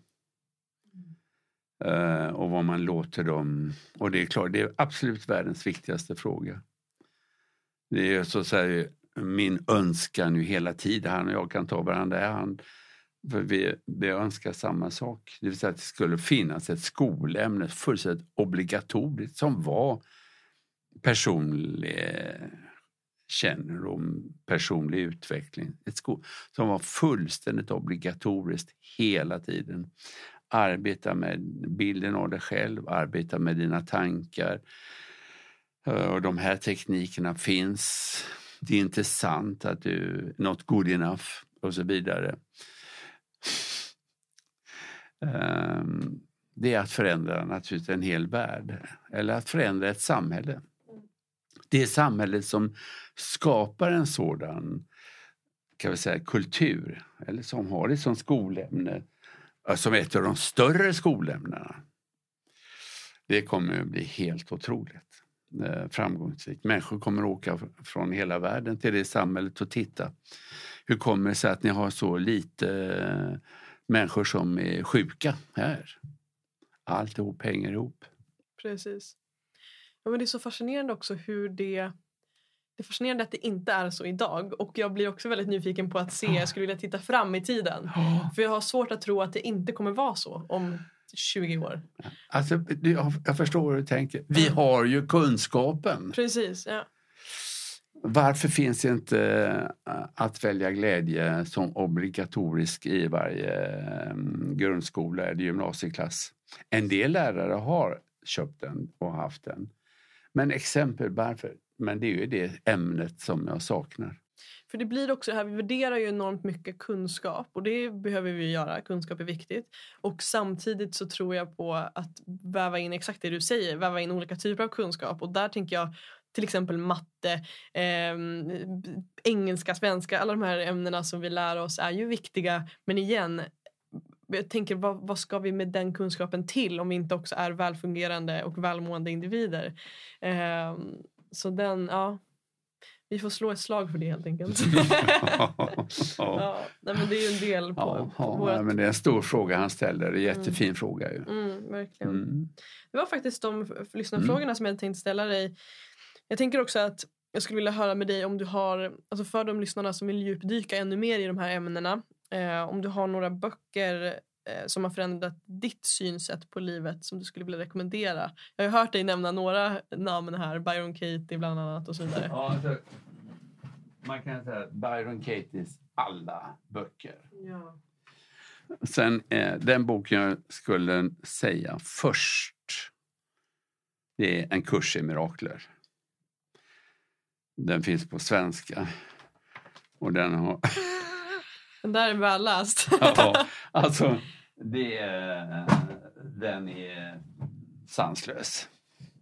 Och vad man låter dem... Och det är klart, det är absolut världens viktigaste fråga. Det är så att säga min önskan nu hela tiden. Han och jag kan ta varandra i hand. För vi önskar samma sak. Det vill säga att det skulle finnas ett skolämne fullständigt obligatoriskt som var personlig kännedom, personlig utveckling. Som var fullständigt obligatoriskt hela tiden. Arbeta med bilden av dig själv, arbeta med dina tankar. Och de här teknikerna finns. Det är inte sant att du not good enough och så vidare. Det är att förändra naturligtvis en hel värld. Eller att förändra ett samhälle. Det är samhället som skapar en sådan, kan vi säga, kultur. Eller som har det som skolämne. Som ett av de större skolämnena. Det kommer att bli helt otroligt framgångsrikt. Människor kommer att åka från hela världen till det samhället och titta. Hur kommer det sig att ni har så lite människor som är sjuka här? Alltihop hänger ihop. Precis. Ja, men det är så fascinerande också hur det är fascinerande att det inte är så idag. Och jag blir också väldigt nyfiken på att se, jag skulle vilja titta fram i tiden. För jag har svårt att tro att det inte kommer vara så om 20 år. Alltså, jag förstår vad du tänker. Vi har ju kunskapen. Precis, ja. Varför finns inte att välja glädje som obligatorisk i varje grundskola eller gymnasieklass? En del lärare har köpt den och haft den. Men exempel varför? Men det är ju det ämnet som jag saknar. För det blir också det här, vi värderar ju enormt mycket kunskap och det behöver vi göra, kunskap är viktigt. Och samtidigt så tror jag på att väva in exakt det du säger, väva in olika typer av kunskap. Och där tänker jag till exempel matte, engelska, svenska, alla de här ämnena som vi lär oss är ju viktiga. Men igen, jag tänker vad ska vi med den kunskapen till om vi inte också är välfungerande och välmående individer? Så vi får slå ett slag för det helt enkelt. Nej, men det är ju en del på vårt... men det är en stor fråga han ställer. Det är en jättefin fråga ju. verkligen. Det var faktiskt de lyssnarfrågorna som jag tänkte ställa dig. Jag tänker också att jag skulle vilja höra med dig om du har, alltså för de lyssnarna som vill djupdyka ännu mer i de här ämnena, om du har några böcker som har förändrat ditt synsätt på livet som du skulle vilja rekommendera. Jag har hört dig nämna några namn här, Byron Katie bland annat och så vidare. Ja, alltså, man kan säga att Byron Katies alla böcker. Ja. Sen den boken jag skulle säga först, det är En kurs i mirakler. Den finns på svenska. Och den har... Den där är väl läst. Ja, alltså den är sanslös.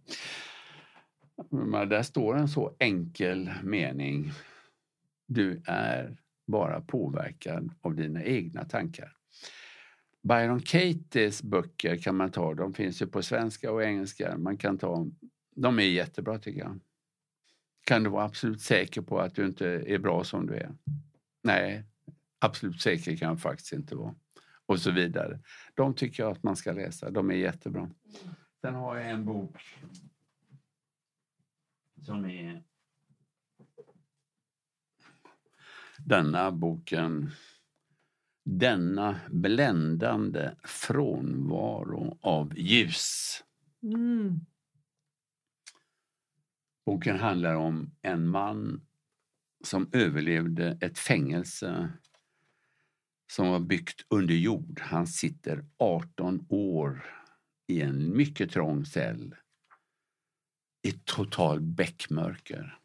Men där står en så enkel mening. Du är bara påverkad av dina egna tankar. Byron Katies böcker kan man ta. De finns ju på svenska och engelska. Man kan ta. De är jättebra tycker jag. Kan du vara absolut säker på att du inte är bra som du är? Nej, absolut säker kan jag faktiskt inte vara. Och så vidare. De tycker jag att man ska läsa. De är jättebra. Sen har jag en bok som är denna boken. Denna bländande frånvaro av ljus. Boken handlar om en man som överlevde ett fängelse som var byggt under jord. Han sitter 18 år i en mycket trång cell i total bäckmörker.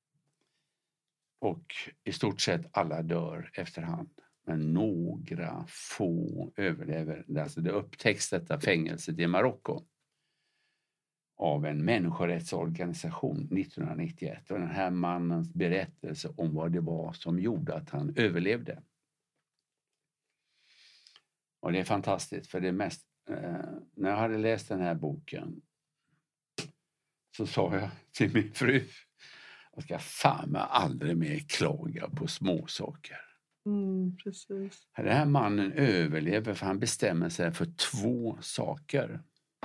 Och i stort sett alla dör efterhand. Men några få överlever. Alltså det upptäcks detta fängelset i Marocko av en människorättsorganisation 1991. Och den här mannens berättelse om vad det var som gjorde att han överlevde. Och det är fantastiskt för det mest... när jag hade läst den här boken så sa jag till min fru, jag ska fan med aldrig mer klaga på små saker. Precis. Den här mannen överlever för han bestämmer sig för 2 saker.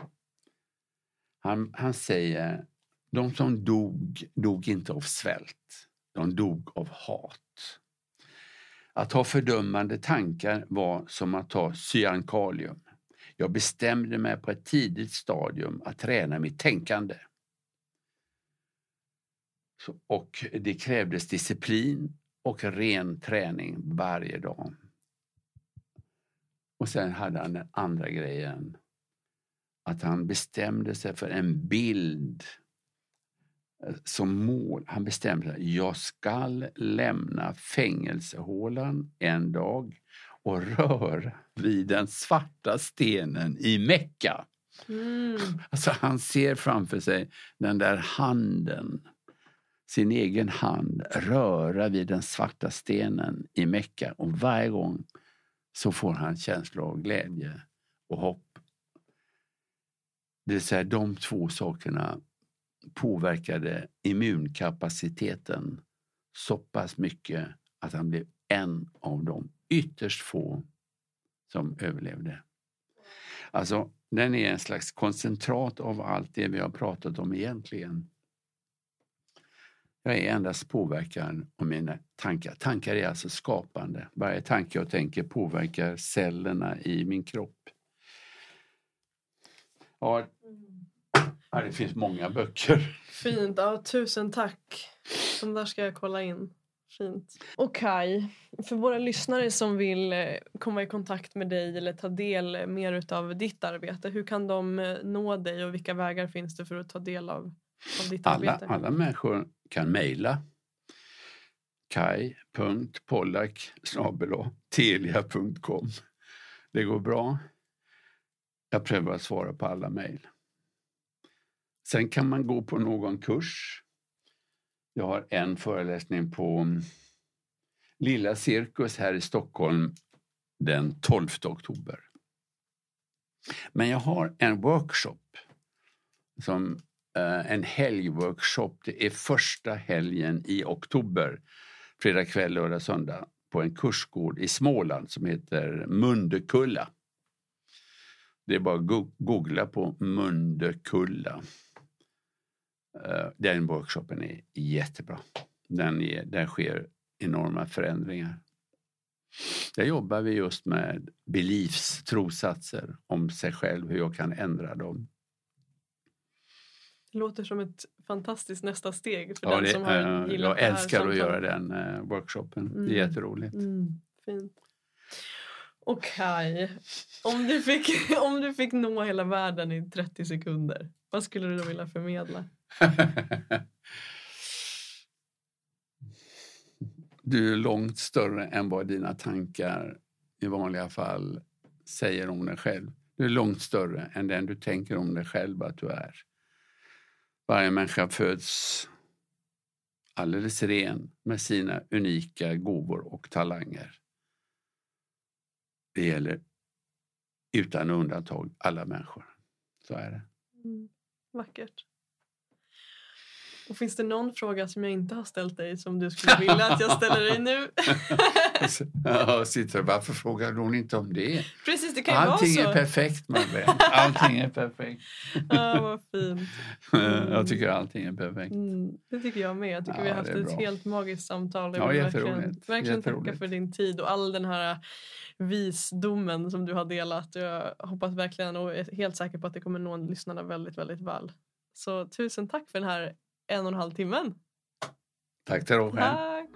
Han säger, de som dog inte av svält. De dog av hat. Att ha fördömande tankar var som att ta cyankalium. Jag bestämde mig på ett tidigt stadium att träna mitt tänkande. Och det krävdes disciplin och ren träning varje dag. Och sen hade han den andra grejen. Att han bestämde sig för en bild som mål. Han bestämde sig, jag ska lämna fängelsehålan en dag och röra vid den svarta stenen i Mecka. Alltså han ser framför sig den där handen, sin egen hand, röra vid den svarta stenen i Mecka. Och varje gång så får han känslor av glädje och hopp. Det vill säga de 2 sakerna påverkade immunkapaciteten så pass mycket att han blev en av de ytterst få som överlevde. Alltså den är en slags koncentrat av allt det vi har pratat om egentligen. Jag är endast påverkad av mina tankar. Tankar är alltså skapande. Varje tanke jag tänker påverkar cellerna i min kropp. Ja, det finns många böcker. Fint, ja, tusen tack. De där ska jag kolla in. Fint. Okej, för våra lyssnare som vill komma i kontakt med dig eller ta del mer av ditt arbete, hur kan de nå dig och vilka vägar finns det för att ta del av ditt arbete? Alla människor kan mejla kai.pollack@telia.com. Det går bra. Jag prövar att svara på alla mejl. Sen kan man gå på någon kurs. Jag har en föreläsning på Lilla Cirkus här i Stockholm den 12 oktober. Men jag har en workshop, som en helgworkshop. Det är första helgen i oktober, fredag kväll, lördag, söndag, på en kursgård i Småland som heter Mundekulla. Det är bara att googla på Mundekulla. Den workshopen är jättebra. Där sker enorma förändringar. Där jobbar vi just med beliefs, trossatser om sig själv, hur jag kan ändra dem. Det låter som ett fantastiskt nästa steg för den som har gillat jag det här älskar samtalet. att göra den workshopen. Det är jätteroligt. Fint. Okej. Om du fick nå hela världen i 30 sekunder, vad skulle du då vilja förmedla? Du är långt större än vad dina tankar i vanliga fall säger om dig själv. Du är långt större än den du tänker om dig själv att du är. Varje människa föds alldeles ren med sina unika gåvor och talanger. Det gäller utan undantag alla människor. Så är det. Vackert. Och finns det någon fråga som jag inte har ställt dig som du skulle vilja att jag ställer dig nu? Varför frågar hon inte om det? Precis, det kan ju vara så. Allting är perfekt, Madeleine. Allting är perfekt. Vad fint. Jag tycker allting är perfekt. Det tycker jag med. Jag tycker vi har haft ett helt magiskt samtal. Jag vill verkligen tacka för din tid och all den här visdomen som du har delat. Jag hoppas verkligen och är helt säker på att det kommer nå lyssnarna väldigt, väldigt väl. Så tusen tack för den här 1,5 timmen. Tack till Roger. Tack.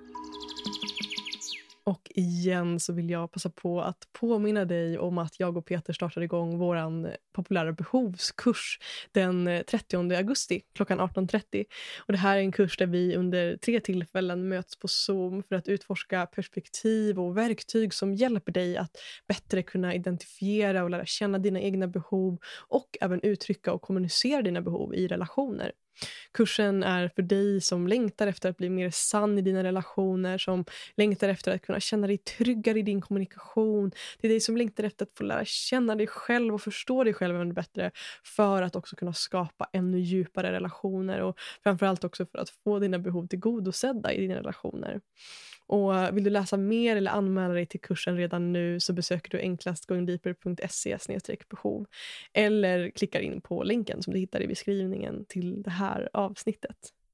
Och igen så vill jag passa på att påminna dig om att jag och Peter startade igång våran populära behovskurs den 30 augusti klockan 18.30. Och det här är en kurs där vi under 3 tillfällen möts på Zoom för att utforska perspektiv och verktyg som hjälper dig att bättre kunna identifiera och lära känna dina egna behov och även uttrycka och kommunicera dina behov i relationer. Kursen är för dig som längtar efter att bli mer sann i dina relationer, som längtar efter att kunna känna dig tryggare i din kommunikation. Det är dig som längtar efter att få lära känna dig själv och förstå dig själv ännu bättre för att också kunna skapa ännu djupare relationer och framförallt också för att få dina behov tillgodosedda i dina relationer. Och vill du läsa mer eller anmäla dig till kursen redan nu så besöker du enklast goingdeeper.se/behov eller klickar in på länken som du hittar i beskrivningen till det här avsnittet.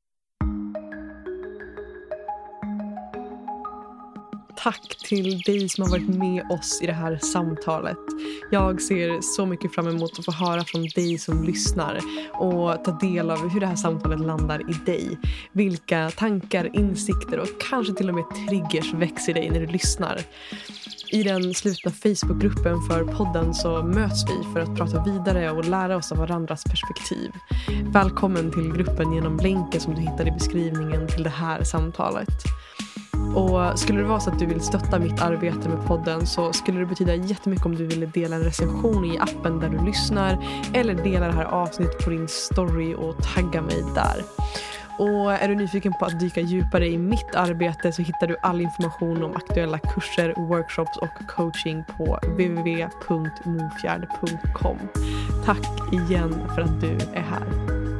Tack till dig som har varit med oss i det här samtalet. Jag ser så mycket fram emot att få höra från dig som lyssnar och ta del av hur det här samtalet landar i dig. Vilka tankar, insikter och kanske till och med triggers växer dig när du lyssnar. I den slutna Facebookgruppen för podden så möts vi för att prata vidare och lära oss av varandras perspektiv. Välkommen till gruppen genom länken som du hittar i beskrivningen till det här samtalet. Och skulle det vara så att du vill stötta mitt arbete med podden så skulle det betyda jättemycket om du ville dela en recension i appen där du lyssnar eller dela det här avsnittet på din story och tagga mig där. Och är du nyfiken på att dyka djupare i mitt arbete så hittar du all information om aktuella kurser, workshops och coaching på www.mofjärd.com. Tack igen för att du är här.